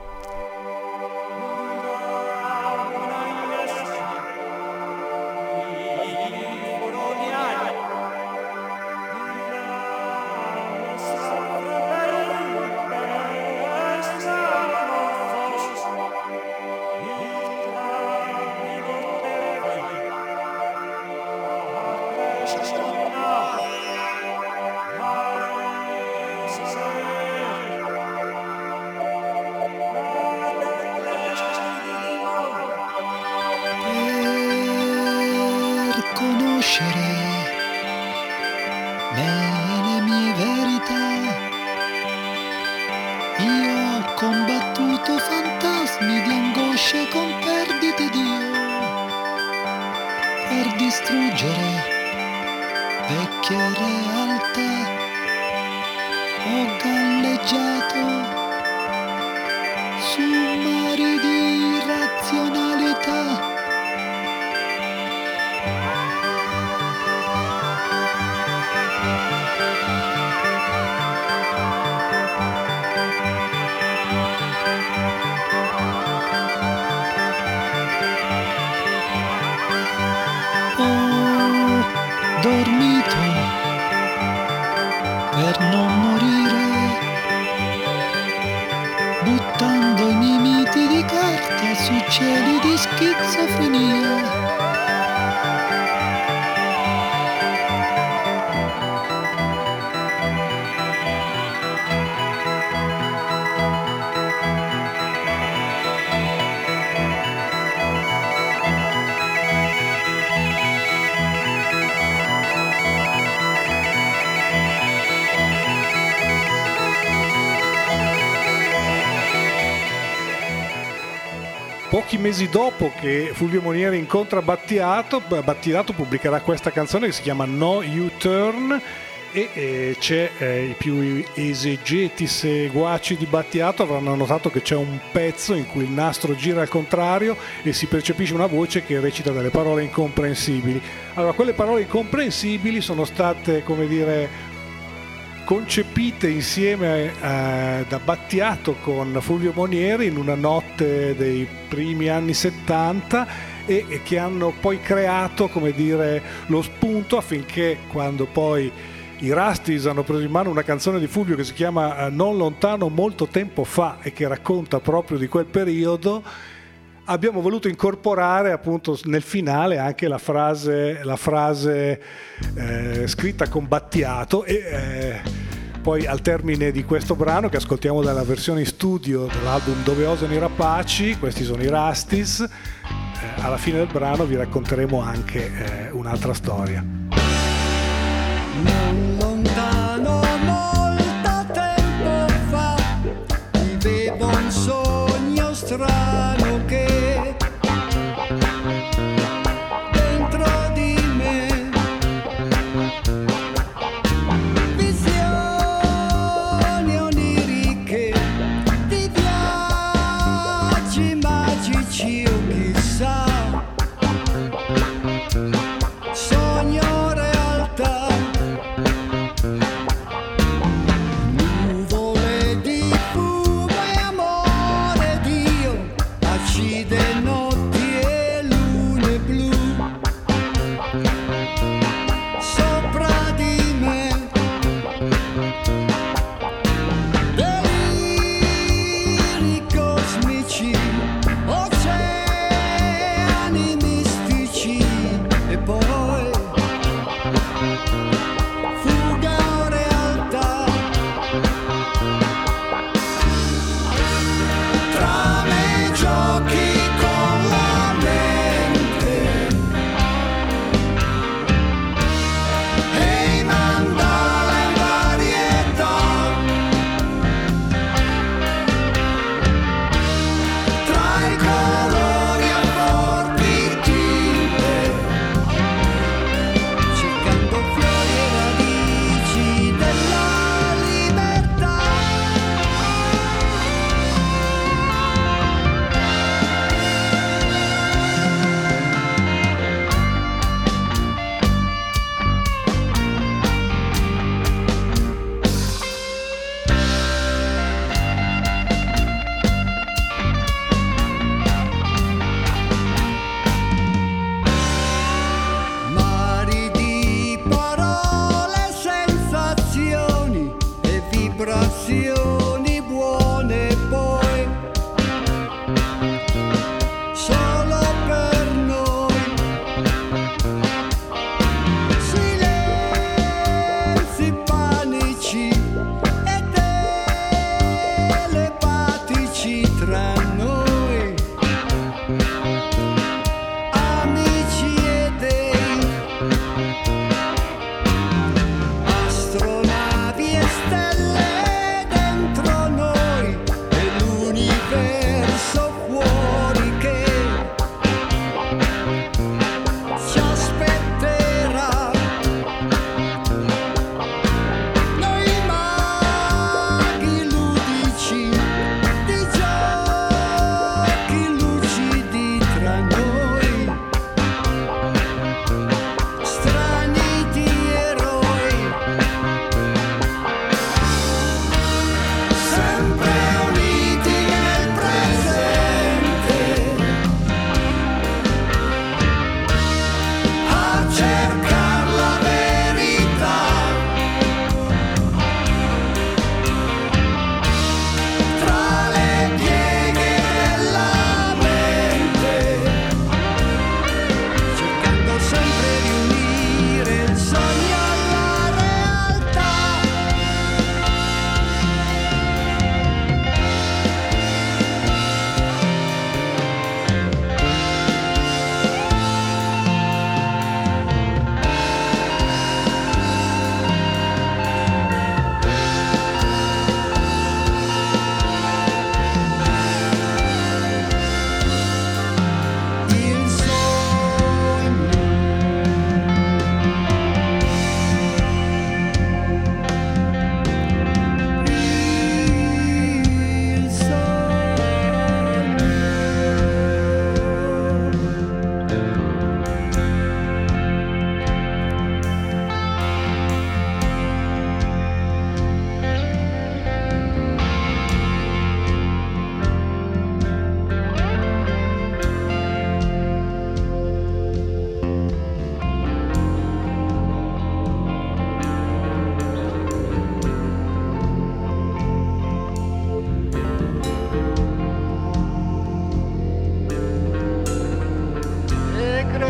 le mie verità. Io ho combattuto fantasmi di angosce con perdite d'io per distruggere vecchie realtà. Ho galleggiato su mari di irrazionalità. Dormito per non morire, buttando i miei miti di carta su cieli di schizofrenia. Pochi mesi dopo che Fulvio Monieri incontra Battiato, Battiato pubblicherà questa canzone che si chiama No U-Turn e c'è i più esegeti seguaci di Battiato avranno notato che c'è un pezzo in cui il nastro gira al contrario e si percepisce una voce che recita delle parole incomprensibili. Allora, quelle parole incomprensibili sono state, come dire, concepite insieme da Battiato con Fulvio Monieri in una notte dei primi anni 70 e che hanno poi creato, come dire, lo spunto affinché quando poi I Rastis hanno preso in mano una canzone di Fulvio che si chiama Non lontano molto tempo fa e che racconta proprio di quel periodo. Abbiamo voluto incorporare appunto nel finale anche la frase scritta con Battiato e poi al termine di questo brano, che ascoltiamo dalla versione in studio dell'album Dove osano i rapaci, questi sono i Rastis, alla fine del brano vi racconteremo anche un'altra storia. Non lontano, molto tempo fa, vivevo un sogno strano che dentro di me visioni oniriche di viaggi magici o chissà, sogno realtà.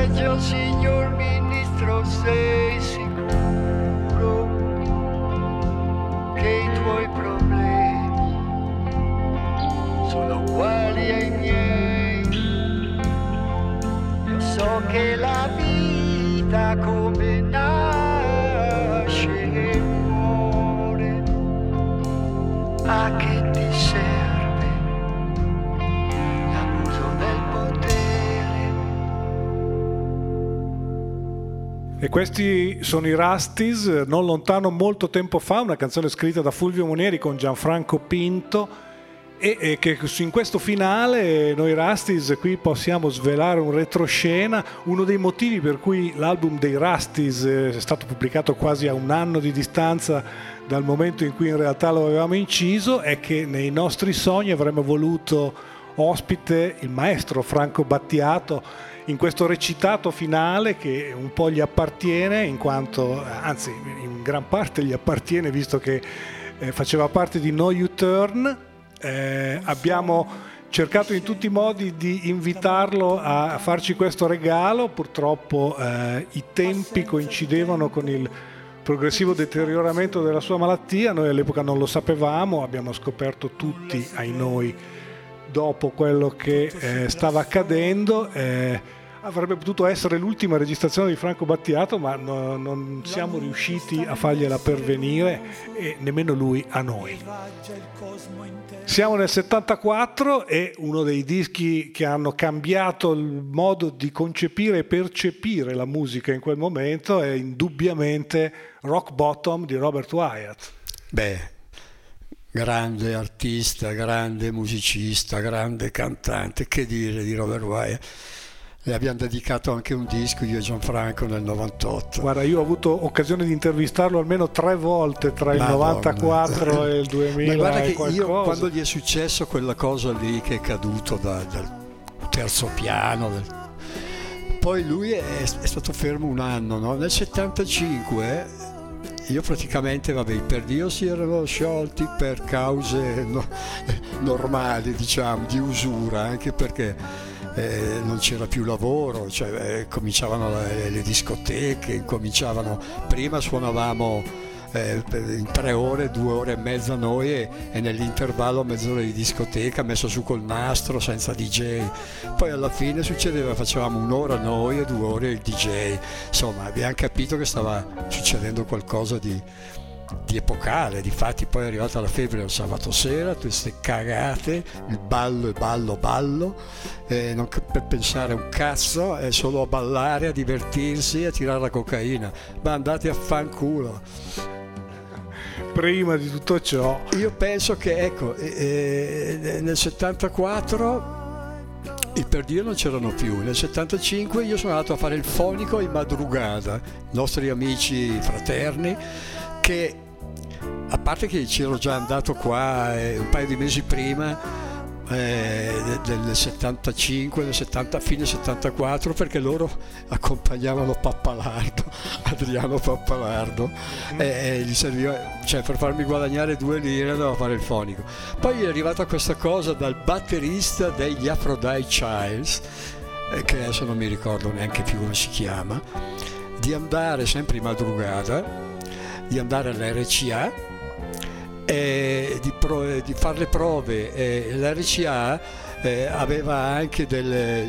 peggio, signor ministro, sei sicuro che i tuoi problemi sono uguali ai miei? Io so che la vita come nasce e muore, a che ti serve l'abuso del potere? E questi sono i Rusties, non lontano molto tempo fa, una canzone scritta da Fulvio Monieri con Gianfranco Pinto, e che in questo finale noi Rusties qui possiamo svelare un retroscena. Uno dei motivi per cui l'album dei Rusties è stato pubblicato quasi a un anno di distanza dal momento in cui in realtà lo avevamo inciso è che nei nostri sogni avremmo voluto ospite il maestro Franco Battiato in questo recitato finale che un po' gli appartiene, in quanto, anzi in gran parte gli appartiene, visto che faceva parte di No U-Turn. Abbiamo cercato in tutti i modi di invitarlo a farci questo regalo. Purtroppo i tempi coincidevano con il progressivo deterioramento della sua malattia. Noi all'epoca non lo sapevamo, abbiamo scoperto tutti, ai noi, dopo quello che stava accadendo. Avrebbe potuto essere l'ultima registrazione di Franco Battiato, ma non siamo riusciti a fargliela pervenire, e nemmeno lui a noi. Siamo nel 74 e uno dei dischi che hanno cambiato il modo di concepire e percepire la musica in quel momento è indubbiamente Rock Bottom di Robert Wyatt. Beh, grande artista, grande musicista, grande cantante, che dire di Robert Wyatt. Le abbiamo dedicato anche un disco, io e Gianfranco, nel 98. Guarda, io ho avuto occasione di intervistarlo almeno 3 volte tra il 94 e il 2000. Ma guarda che qualcosa. io, quando gli è successo quella cosa lì, che è caduto dal terzo piano, poi lui è stato fermo un anno, no? Nel 75 io praticamente, vabbè, i Perdio si erano sciolti per cause normali, diciamo, di usura, anche perché non c'era più lavoro, cioè cominciavano le discoteche, prima suonavamo in 3 ore, 2 ore e mezza noi e nell'intervallo mezz'ora di discoteca messo su col nastro senza DJ. Poi alla fine succedeva, facevamo 1 ora noi e 2 ore il DJ. Insomma, abbiamo capito che stava succedendo qualcosa di epocale. Difatti poi è arrivata la febbre il sabato sera, tutte queste cagate, il ballo, non per pensare un cazzo, è solo a ballare, a divertirsi, a tirare la cocaina. Ma andate a fanculo. Prima di tutto ciò, io penso che, ecco, nel 74 i Perdio non c'erano più. Nel 75 io sono andato a fare il fonico in Madrugada, nostri amici fraterni, che a parte che c'ero già andato qua un paio di mesi prima del 75, del 70, fine 74, perché loro accompagnavano Pappalardo, Adriano Pappalardo, e gli serviva, cioè per farmi guadagnare 2 lire andavo a fare il fonico. Poi è arrivata questa cosa dal batterista degli Aphrodite Childs, che adesso non mi ricordo neanche più come si chiama, di andare sempre in Madrugada, di andare all'RCA e di fare le prove. L'RCA aveva anche delle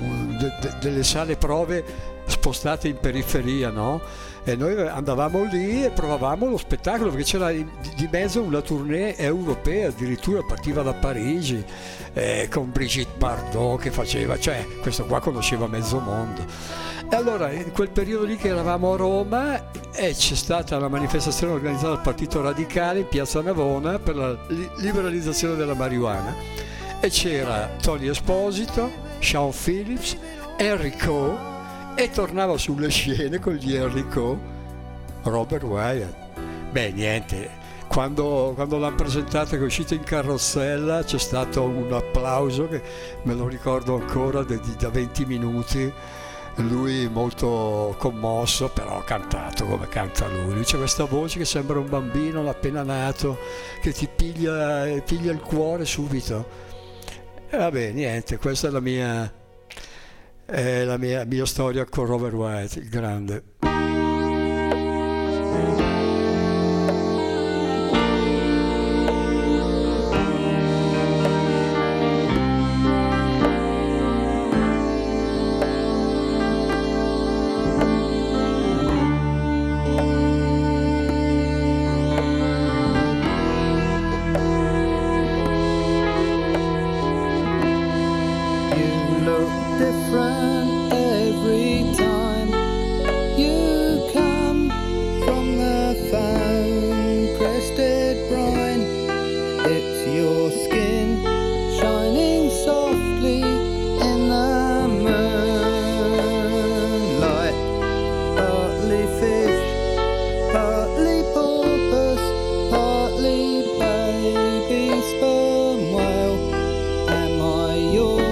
sale prove spostate in periferia, no? E noi andavamo lì e provavamo lo spettacolo, perché c'era di mezzo una tournée europea, addirittura partiva da Parigi, con Brigitte Bardot che faceva, cioè questo qua conosceva mezzo mondo. E allora in quel periodo lì che eravamo a Roma c'è stata una manifestazione organizzata dal Partito Radicale in Piazza Navona per la liberalizzazione della marijuana, e c'era Tony Esposito, Sean Phillips, Enrico, e tornava sulle scene con gli Enrico Robert Wyatt. Beh, niente, quando l'hanno presentata, che è uscito in carrozzella, c'è stato un applauso che me lo ricordo ancora da 20 minuti. Lui molto commosso, però ha cantato come canta lui. C'è questa voce che sembra un bambino appena nato, che ti piglia il cuore subito. E vabbè, niente, questa è la mia è la mia storia con Robert White, il grande. Different every time you come from the foam crested brine. It's your skin shining softly in the moonlight. Partly fish, partly porpoise, partly baby sperm whale. Am I yours?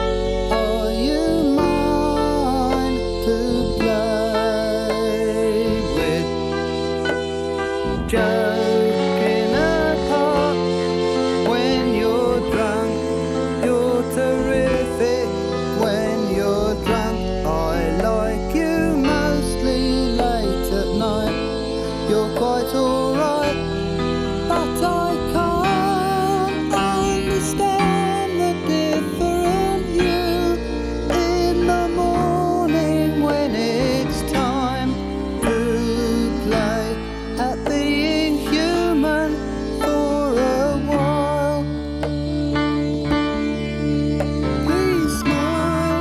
Joking apart when you're drunk, you're terrific when you're drunk. I like you mostly late at night. You're quite alright, but I can't understand the different you in the morning when it's time to play at being human for a while. Please smile.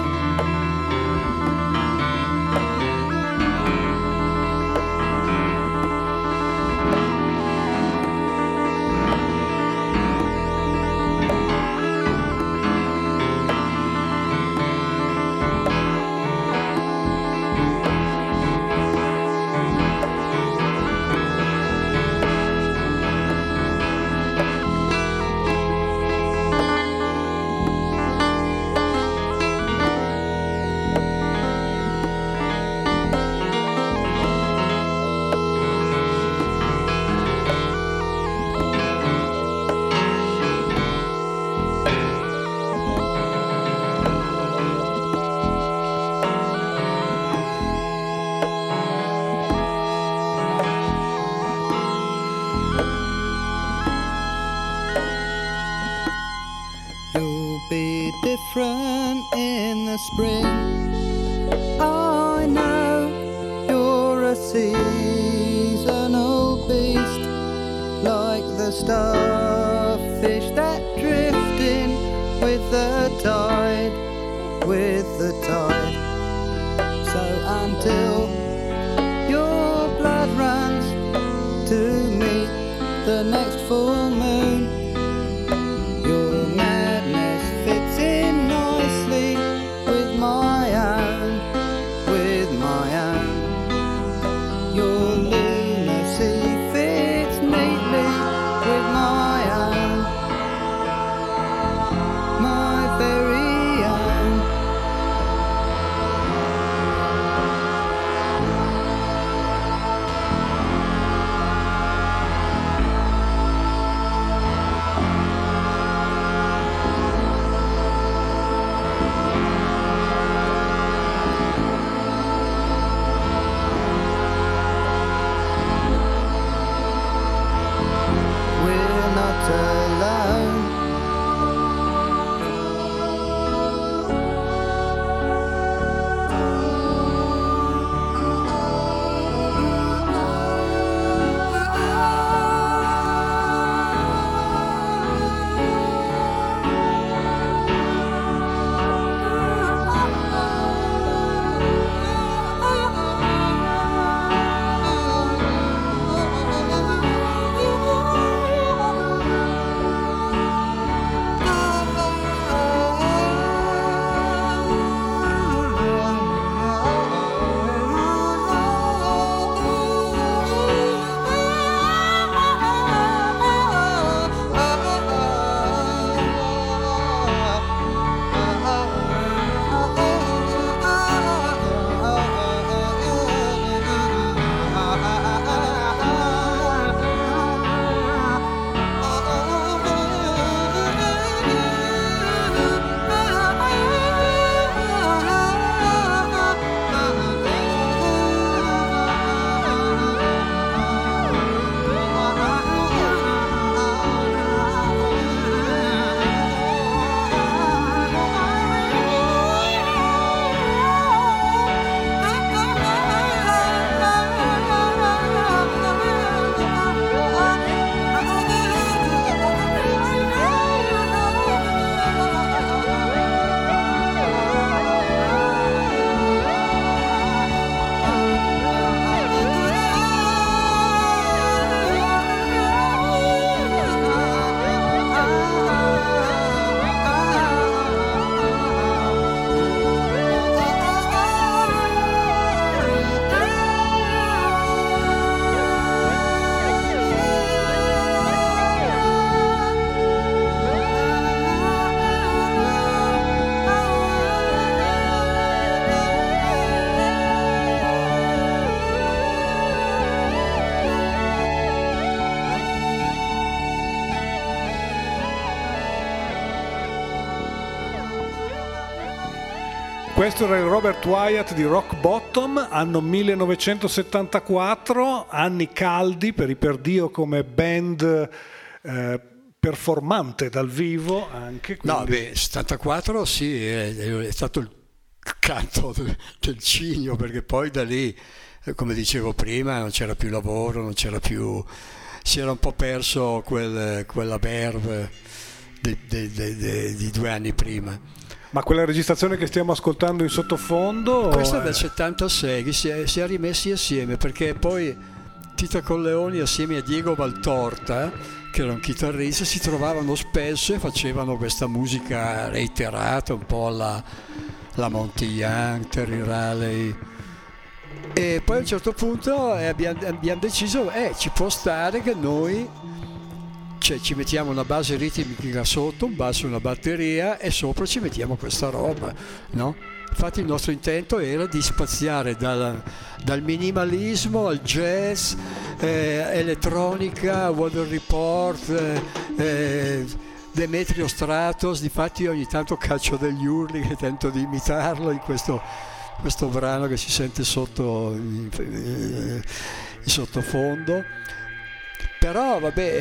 You'll be different in the spring. I know you're a seasonal beast, like the starfish that drift in with the tide, with the tide. So until your blood runs to meet the next full moon, your madness fits in nicely with my own, with my own. Your lunacy fits neatly with my own, my very own. Questo era il Robert Wyatt di Rock Bottom, anno 1974, anni caldi per i Perdio come band performante dal vivo anche. Quindi... No, beh, 74 sì, è stato il canto del cigno, perché poi da lì, come dicevo prima, non c'era più lavoro, non c'era più... si era un po' perso quella verve di 2 anni prima. Ma quella registrazione che stiamo ascoltando in sottofondo? Questa è del 76, che si è rimessi assieme, perché poi Tito Colleoni assieme a Diego Valtorta, che era un chitarrista, si trovavano spesso e facevano questa musica reiterata, un po' alla Monty Young, Terry Riley. E poi a un certo punto abbiamo deciso, ci può stare che noi ci mettiamo una base ritmica sotto, un basso e una batteria, e sopra ci mettiamo questa roba, no? Infatti il nostro intento era di spaziare dal minimalismo al jazz, elettronica, Weather Report, Demetrio Stratos. Difatti io ogni tanto caccio degli urli che tento di imitarlo in questo brano che si sente sotto in sottofondo. Però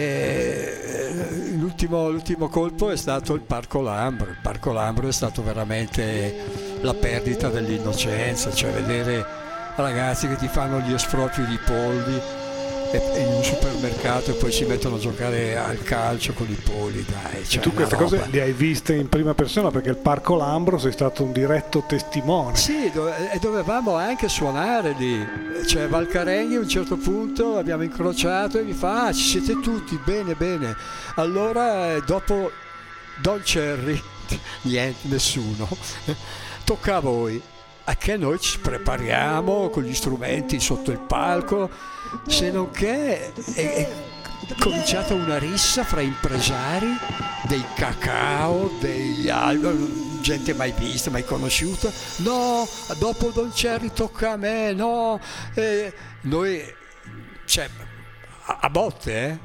vabbè, l'ultimo colpo è stato il Parco Lambro. Il Parco Lambro è stato veramente la perdita dell'innocenza, cioè vedere ragazzi che ti fanno gli espropri di polli in un supermercato e poi si mettono a giocare al calcio con i polli, dai. E tu queste cose le hai viste in prima persona, perché il Parco Lambro sei stato un diretto testimone. Sì, e dovevamo anche suonare lì, cioè Valcarenghi a un certo punto abbiamo incrociato e mi fa: ci siete tutti, bene, allora dopo Don Cherry niente, nessuno, tocca a voi. A che noi ci prepariamo con gli strumenti sotto il palco, se non che è cominciata una rissa fra impresari dei cacao, degli alberi, gente mai vista, mai conosciuta. No, dopo Don Cherry tocca a me, no. Noi, cioè, a botte,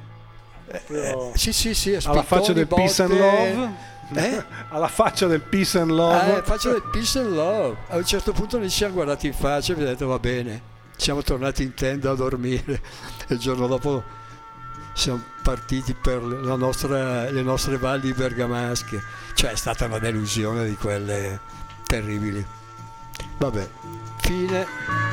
sì, alla faccia del peace and love. Alla faccia del peace and love. Faccia del peace and love. A un certo punto noi ci siamo guardati in faccia e abbiamo detto: va bene, siamo tornati in tenda a dormire, e il giorno dopo siamo partiti per le nostre valli bergamasche. Cioè è stata una delusione di quelle terribili. Vabbè, fine.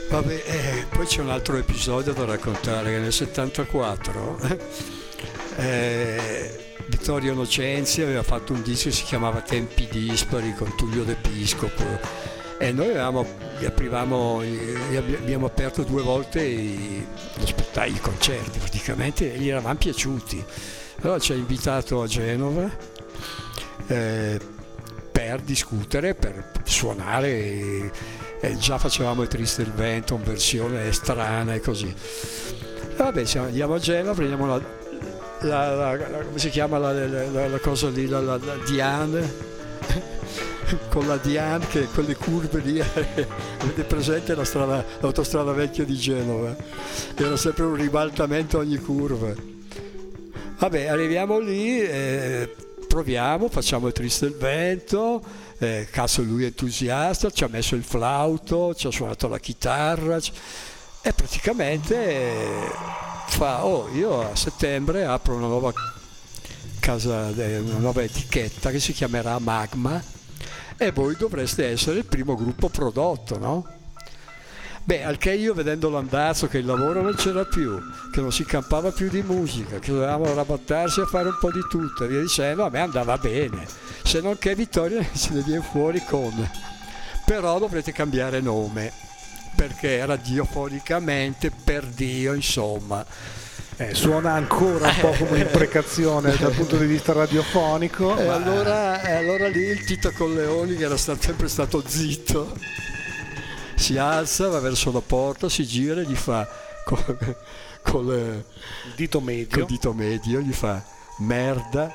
Vabbè, poi c'è un altro episodio da raccontare, che nel 74 Vittorio Nocenzi aveva fatto un disco che si chiamava Tempi Dispari con Tullio De Piscopo, e noi abbiamo aperto 2 volte i concerti praticamente, e gli eravamo piaciuti. Allora ci ha invitato a Genova per discutere, per suonare, e già facevamo il Triste il Vento in versione strana e così. E vabbè, andiamo a Genova, prendiamo come si chiama la cosa lì, la Diane, con la Diane, che quelle curve lì, avete presente l'autostrada vecchia di Genova? Era sempre un ribaltamento ogni curva. Vabbè, arriviamo lì, proviamo, facciamo il Triste il Vento, cazzo lui è entusiasta, ci ha messo il flauto, ci ha suonato la chitarra, e praticamente io a settembre apro una nuova casa, una nuova etichetta che si chiamerà Magma, e voi dovreste essere il primo gruppo prodotto, no? Beh, al che io, vedendo l'andazzo, che il lavoro non c'era più, che non si campava più di musica, che dovevamo rabattarsi a fare un po' di tutto e via dicendo, a me andava bene, se non che Vittorio se ne viene fuori con però dovrete cambiare nome, perché radiofonicamente per Dio, insomma. Suona ancora un po' come imprecazione dal punto di vista radiofonico. E allora lì il Tito Colleoni, che era sempre stato zitto, si alza, va verso la porta, si gira e gli fa col dito medio gli fa merda,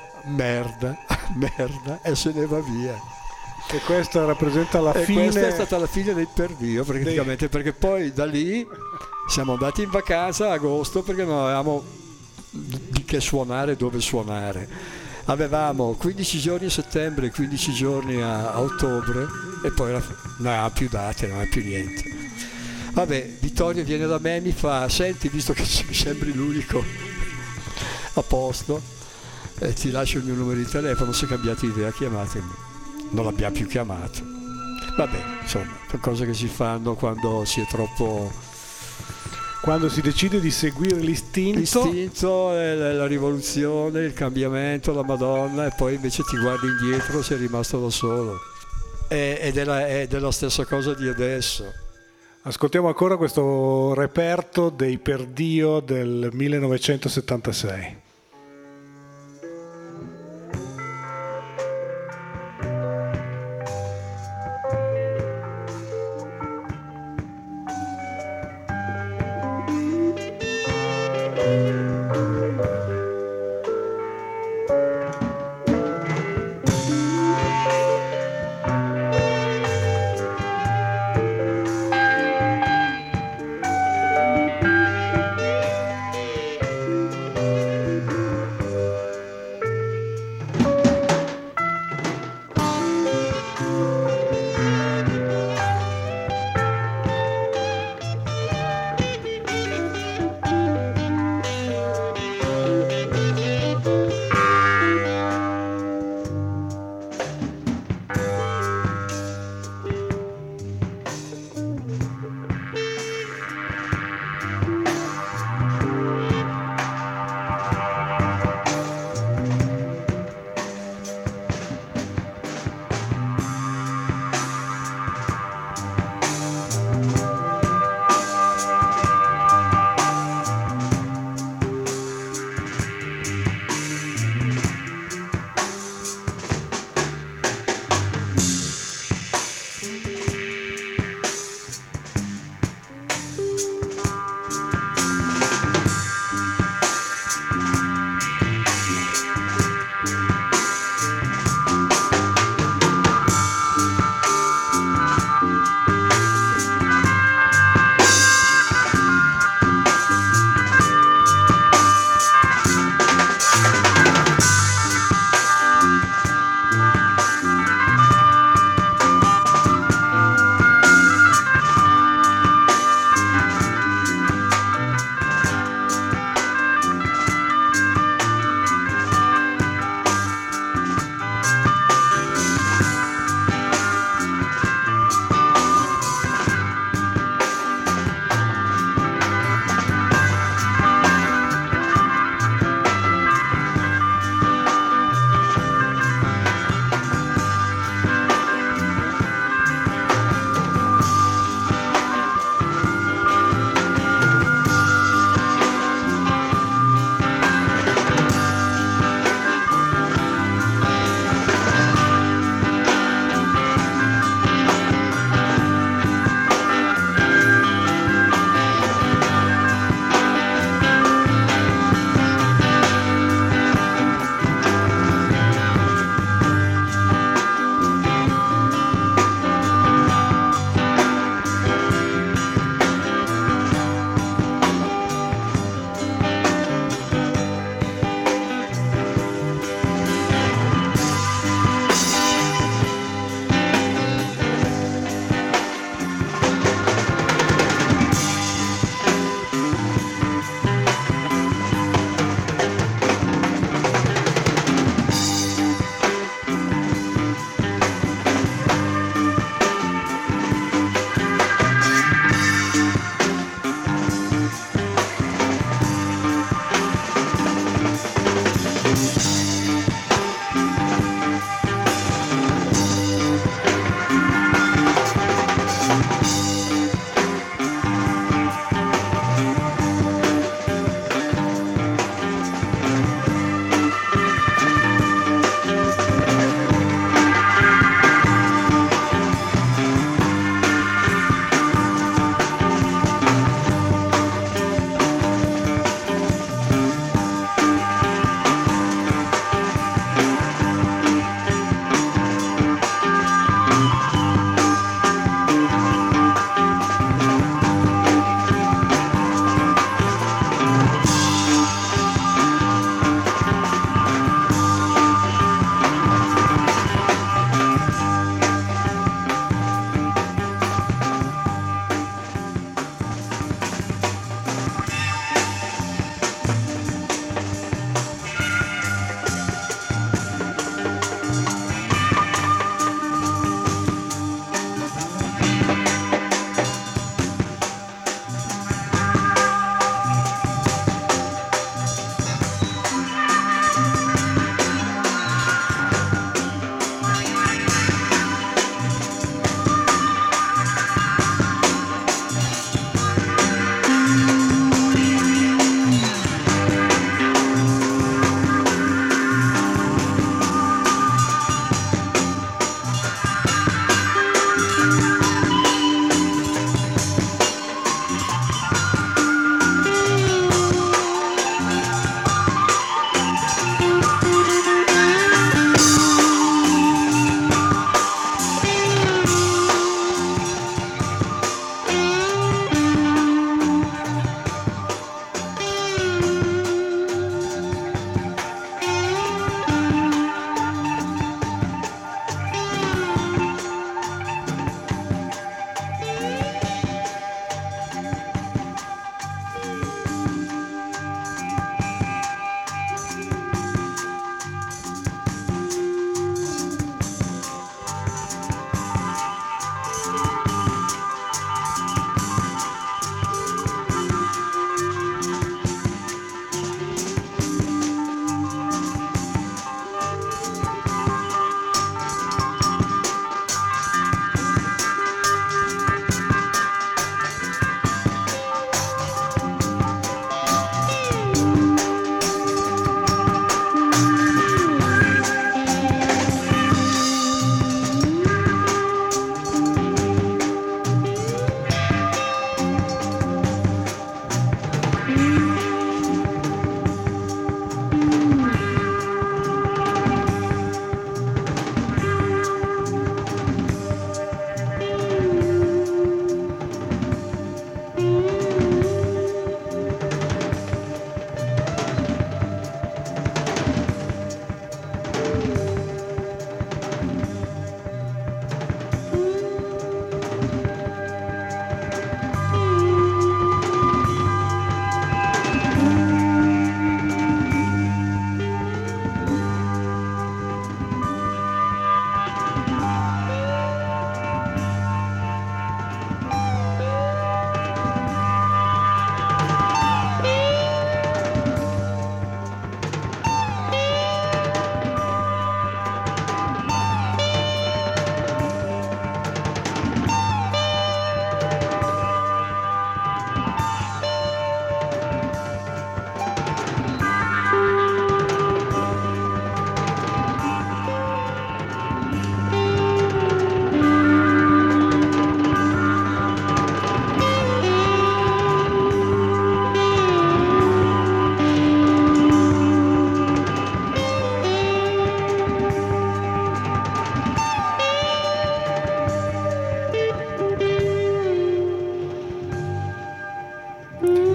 e se ne va via. E questa rappresenta la fine. Questa è stata la fine del perdio praticamente, perché poi da lì siamo andati in vacanza a agosto, perché non avevamo di che suonare, dove suonare. Avevamo 15 giorni a settembre, 15 giorni a ottobre, e poi non avevamo più date, non avevamo più niente. Vabbè, Vittorio viene da me e mi fa: senti, visto che mi sembri l'unico a posto, ti lascio il mio numero di telefono, se cambiate idea chiamatemi. Non l'abbiamo più chiamato. Vabbè, insomma, sono cose che si fanno quando si è troppo... Quando si decide di seguire l'istinto, la rivoluzione, il cambiamento, la Madonna, e poi invece ti guardi indietro, sei rimasto da solo. Ed è della stessa cosa di adesso. Ascoltiamo ancora questo reperto dei Perdio del 1976.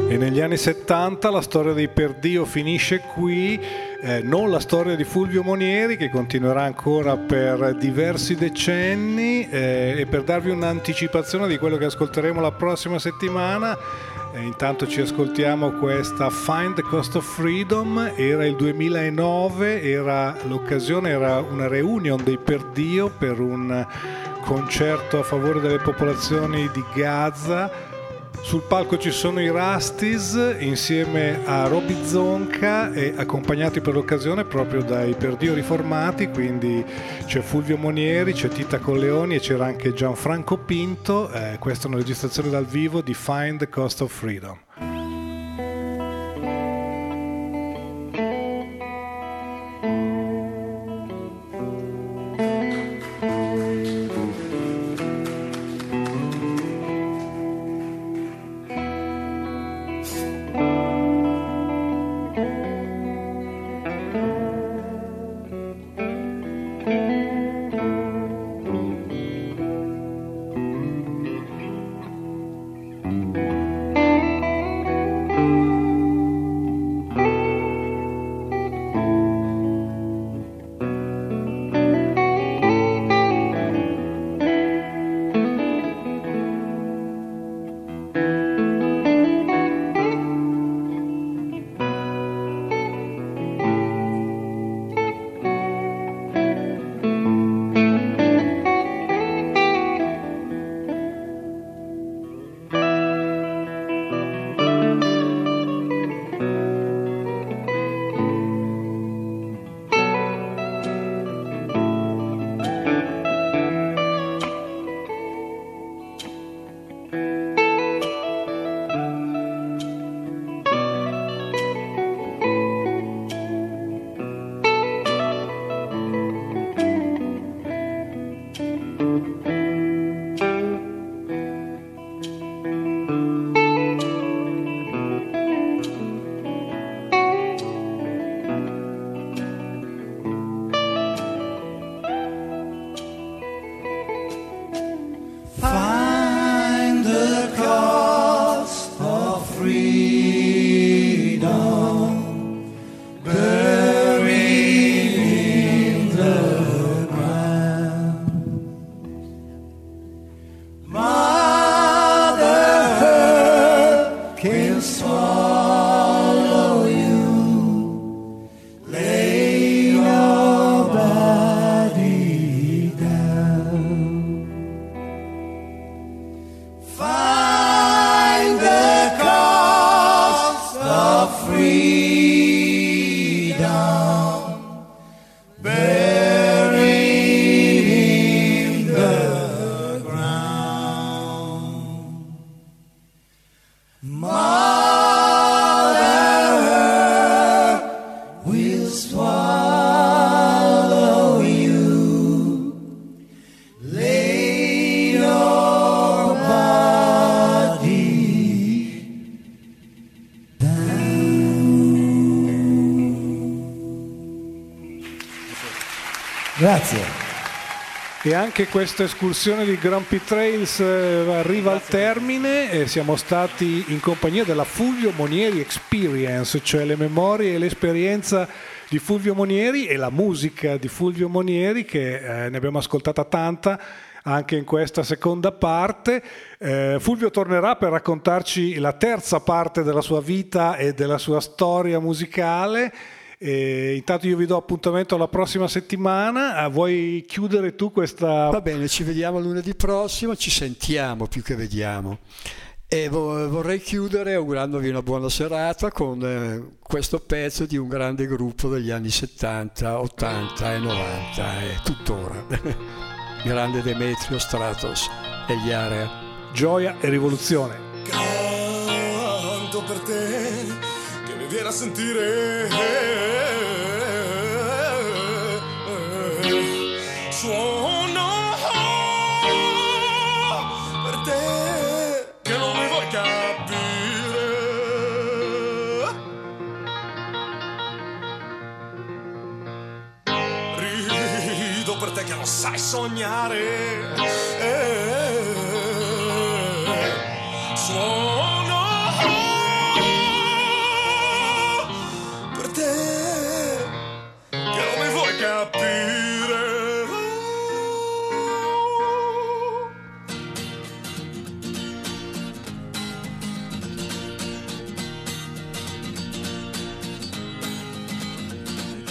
E negli anni 70 la storia dei Perdio finisce qui, non la storia di Fulvio Monieri, che continuerà ancora per diversi decenni, e per darvi un'anticipazione di quello che ascolteremo la prossima settimana, intanto ci ascoltiamo questa Find the Cost of Freedom. Era il 2009, l'occasione era una reunion dei Perdio per un concerto a favore delle popolazioni di Gaza. Sul palco ci sono i Rastis insieme a Roby Zonca e accompagnati per l'occasione proprio dai Perdio riformati, quindi c'è Fulvio Monieri, c'è Tita Colleoni e c'era anche Gianfranco Pinto. Questa è una registrazione dal vivo di Find the Cost of Freedom. Grazie. E anche questa escursione di Grumpy Trails arriva al termine e siamo stati in compagnia della Fulvio Monieri Experience, cioè le memorie e l'esperienza di Fulvio Monieri e la musica di Fulvio Monieri, che ne abbiamo ascoltata tanta anche in questa seconda parte. Fulvio tornerà per raccontarci la terza parte della sua vita e della sua storia musicale. E intanto io vi do appuntamento alla prossima settimana. Vuoi chiudere tu questa? Va bene, ci vediamo lunedì prossimo, ci sentiamo più che vediamo. E vorrei chiudere augurandovi una buona serata con questo pezzo di un grande gruppo degli anni 70, 80 e 90 e tuttora. Grande Demetrio Stratos e gli Area. Gioia e rivoluzione. Canto per te che mi viene a sentire. Suono per te che non mi vuoi capire. Rido per te che non sai sognare. Suono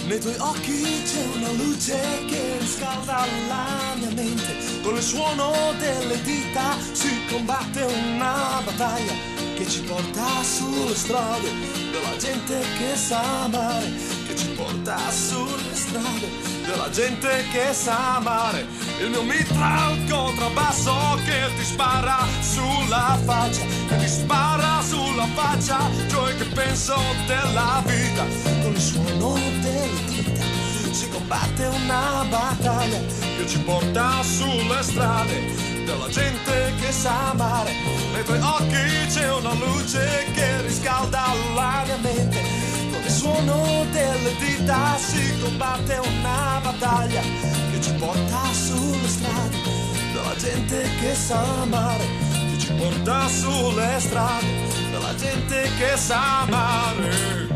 Nei tuoi occhi c'è una luce che riscalda la mia mente. Con il suono delle dita si combatte una battaglia che ci porta sulle strade della gente che sa amare, che ci porta sulle strade della gente che sa amare. Il mio mitra, il contrabbasso che ti spara sulla faccia, che ti spara sulla faccia, ciò che penso della vita. Con il suono delle dita si combatte una battaglia che ci porta sulle strade della gente che sa amare. Nei tuoi occhi c'è una luce che riscalda la mia mente. Con il suono delle dita si combatte una battaglia che ci porta sulle strade della gente che sa amare, che ci porta sulle strade della gente che sa amare.